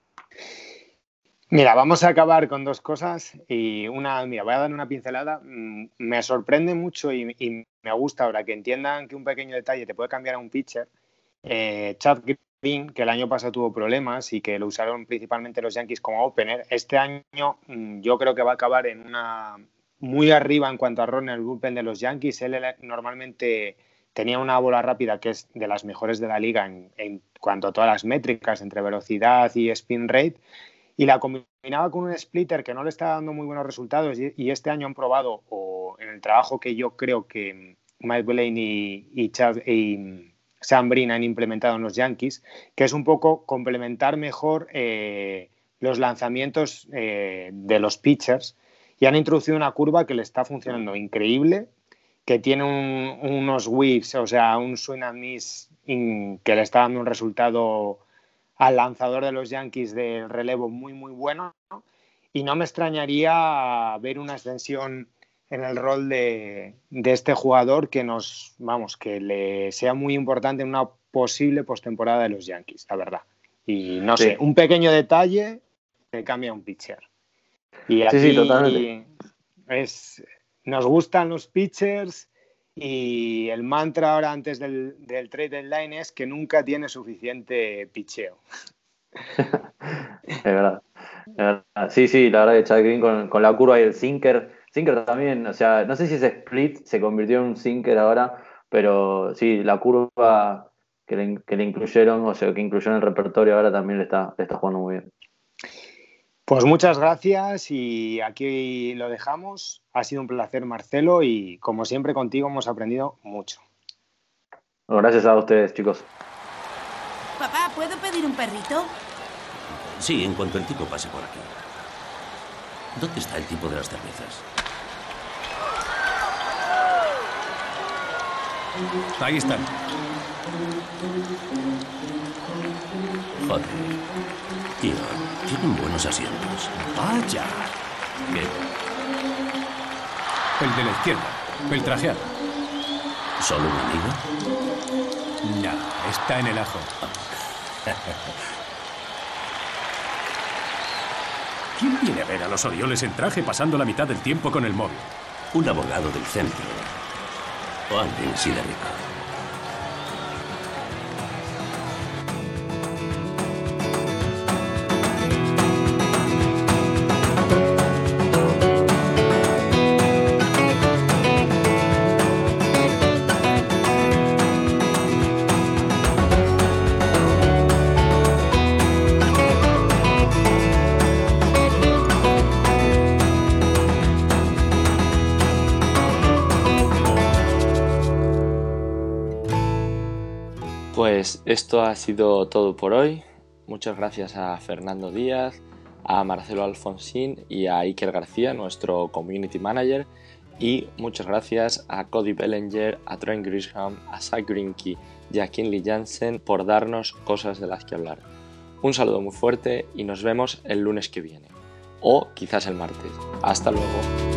S2: Mira, vamos a acabar con dos cosas y mira, voy a dar una pincelada. Me sorprende mucho y me gusta ahora que entiendan que un pequeño detalle te puede cambiar a un pitcher. Chad Green, que el año pasado tuvo problemas y que lo usaron principalmente los Yankees como opener, este año yo creo que va a acabar muy arriba en cuanto a rol en el bullpen de los Yankees. Él normalmente tenía una bola rápida que es de las mejores de la liga en cuanto a todas las métricas entre velocidad y spin rate. Y la combinaba con un splitter que no le está dando muy buenos resultados y este año han probado, o en el trabajo que yo creo que Mike Blaney y Sam Brian han implementado en los Yankees, que es un poco complementar mejor los lanzamientos de los pitchers, y han introducido una curva que le está funcionando increíble, que tiene unos whiffs, o sea, un swing and miss que le está dando un resultado al lanzador de los Yankees del relevo muy, muy bueno, ¿no? Y no me extrañaría ver una extensión en el rol de este jugador que que le sea muy importante en una posible postemporada de los Yankees, la verdad. Y no sé, un pequeño detalle te cambia un pitcher. Y aquí
S6: sí, totalmente.
S2: Nos gustan los pitchers. Y el mantra ahora antes del trade deadline es que nunca tiene suficiente picheo.
S6: Es verdad. Sí, la verdad que Chad Green con la curva y el sinker también, o sea, no sé si ese split se convirtió en un sinker ahora, pero sí, la curva que le incluyeron, o sea, que incluyeron en el repertorio ahora también le está jugando muy bien.
S2: Pues muchas gracias y aquí lo dejamos. Ha sido un placer, Marcelo, y como siempre contigo hemos aprendido mucho.
S6: Bueno, gracias a ustedes, chicos.
S7: Papá, ¿puedo pedir un perrito?
S8: Sí, en cuanto el tipo pase por aquí. ¿Dónde está el tipo de las cervezas?
S3: Ahí están.
S8: Joder. Tío, tienen buenos asientos.
S3: Vaya.
S8: ¿Qué?
S3: El de la izquierda, el trajeado.
S8: ¿Solo un amigo?
S3: No, está en el ajo. ¿Quién viene a ver a los Orioles en traje pasando la mitad del tiempo con el móvil?
S8: Un abogado del centro. O alguien así de rico.
S1: Pues esto ha sido todo por hoy. muchas gracias a Fernando Díaz, a Marcelo Alfonsín y a Iker García, nuestro Community Manager, y muchas gracias a Cody Bellinger, a Trent Grisham, a Zach Greinke y a Kinley Jansen por darnos cosas de las que hablar. Un saludo muy fuerte y nos vemos el lunes que viene, o quizás el martes. Hasta luego.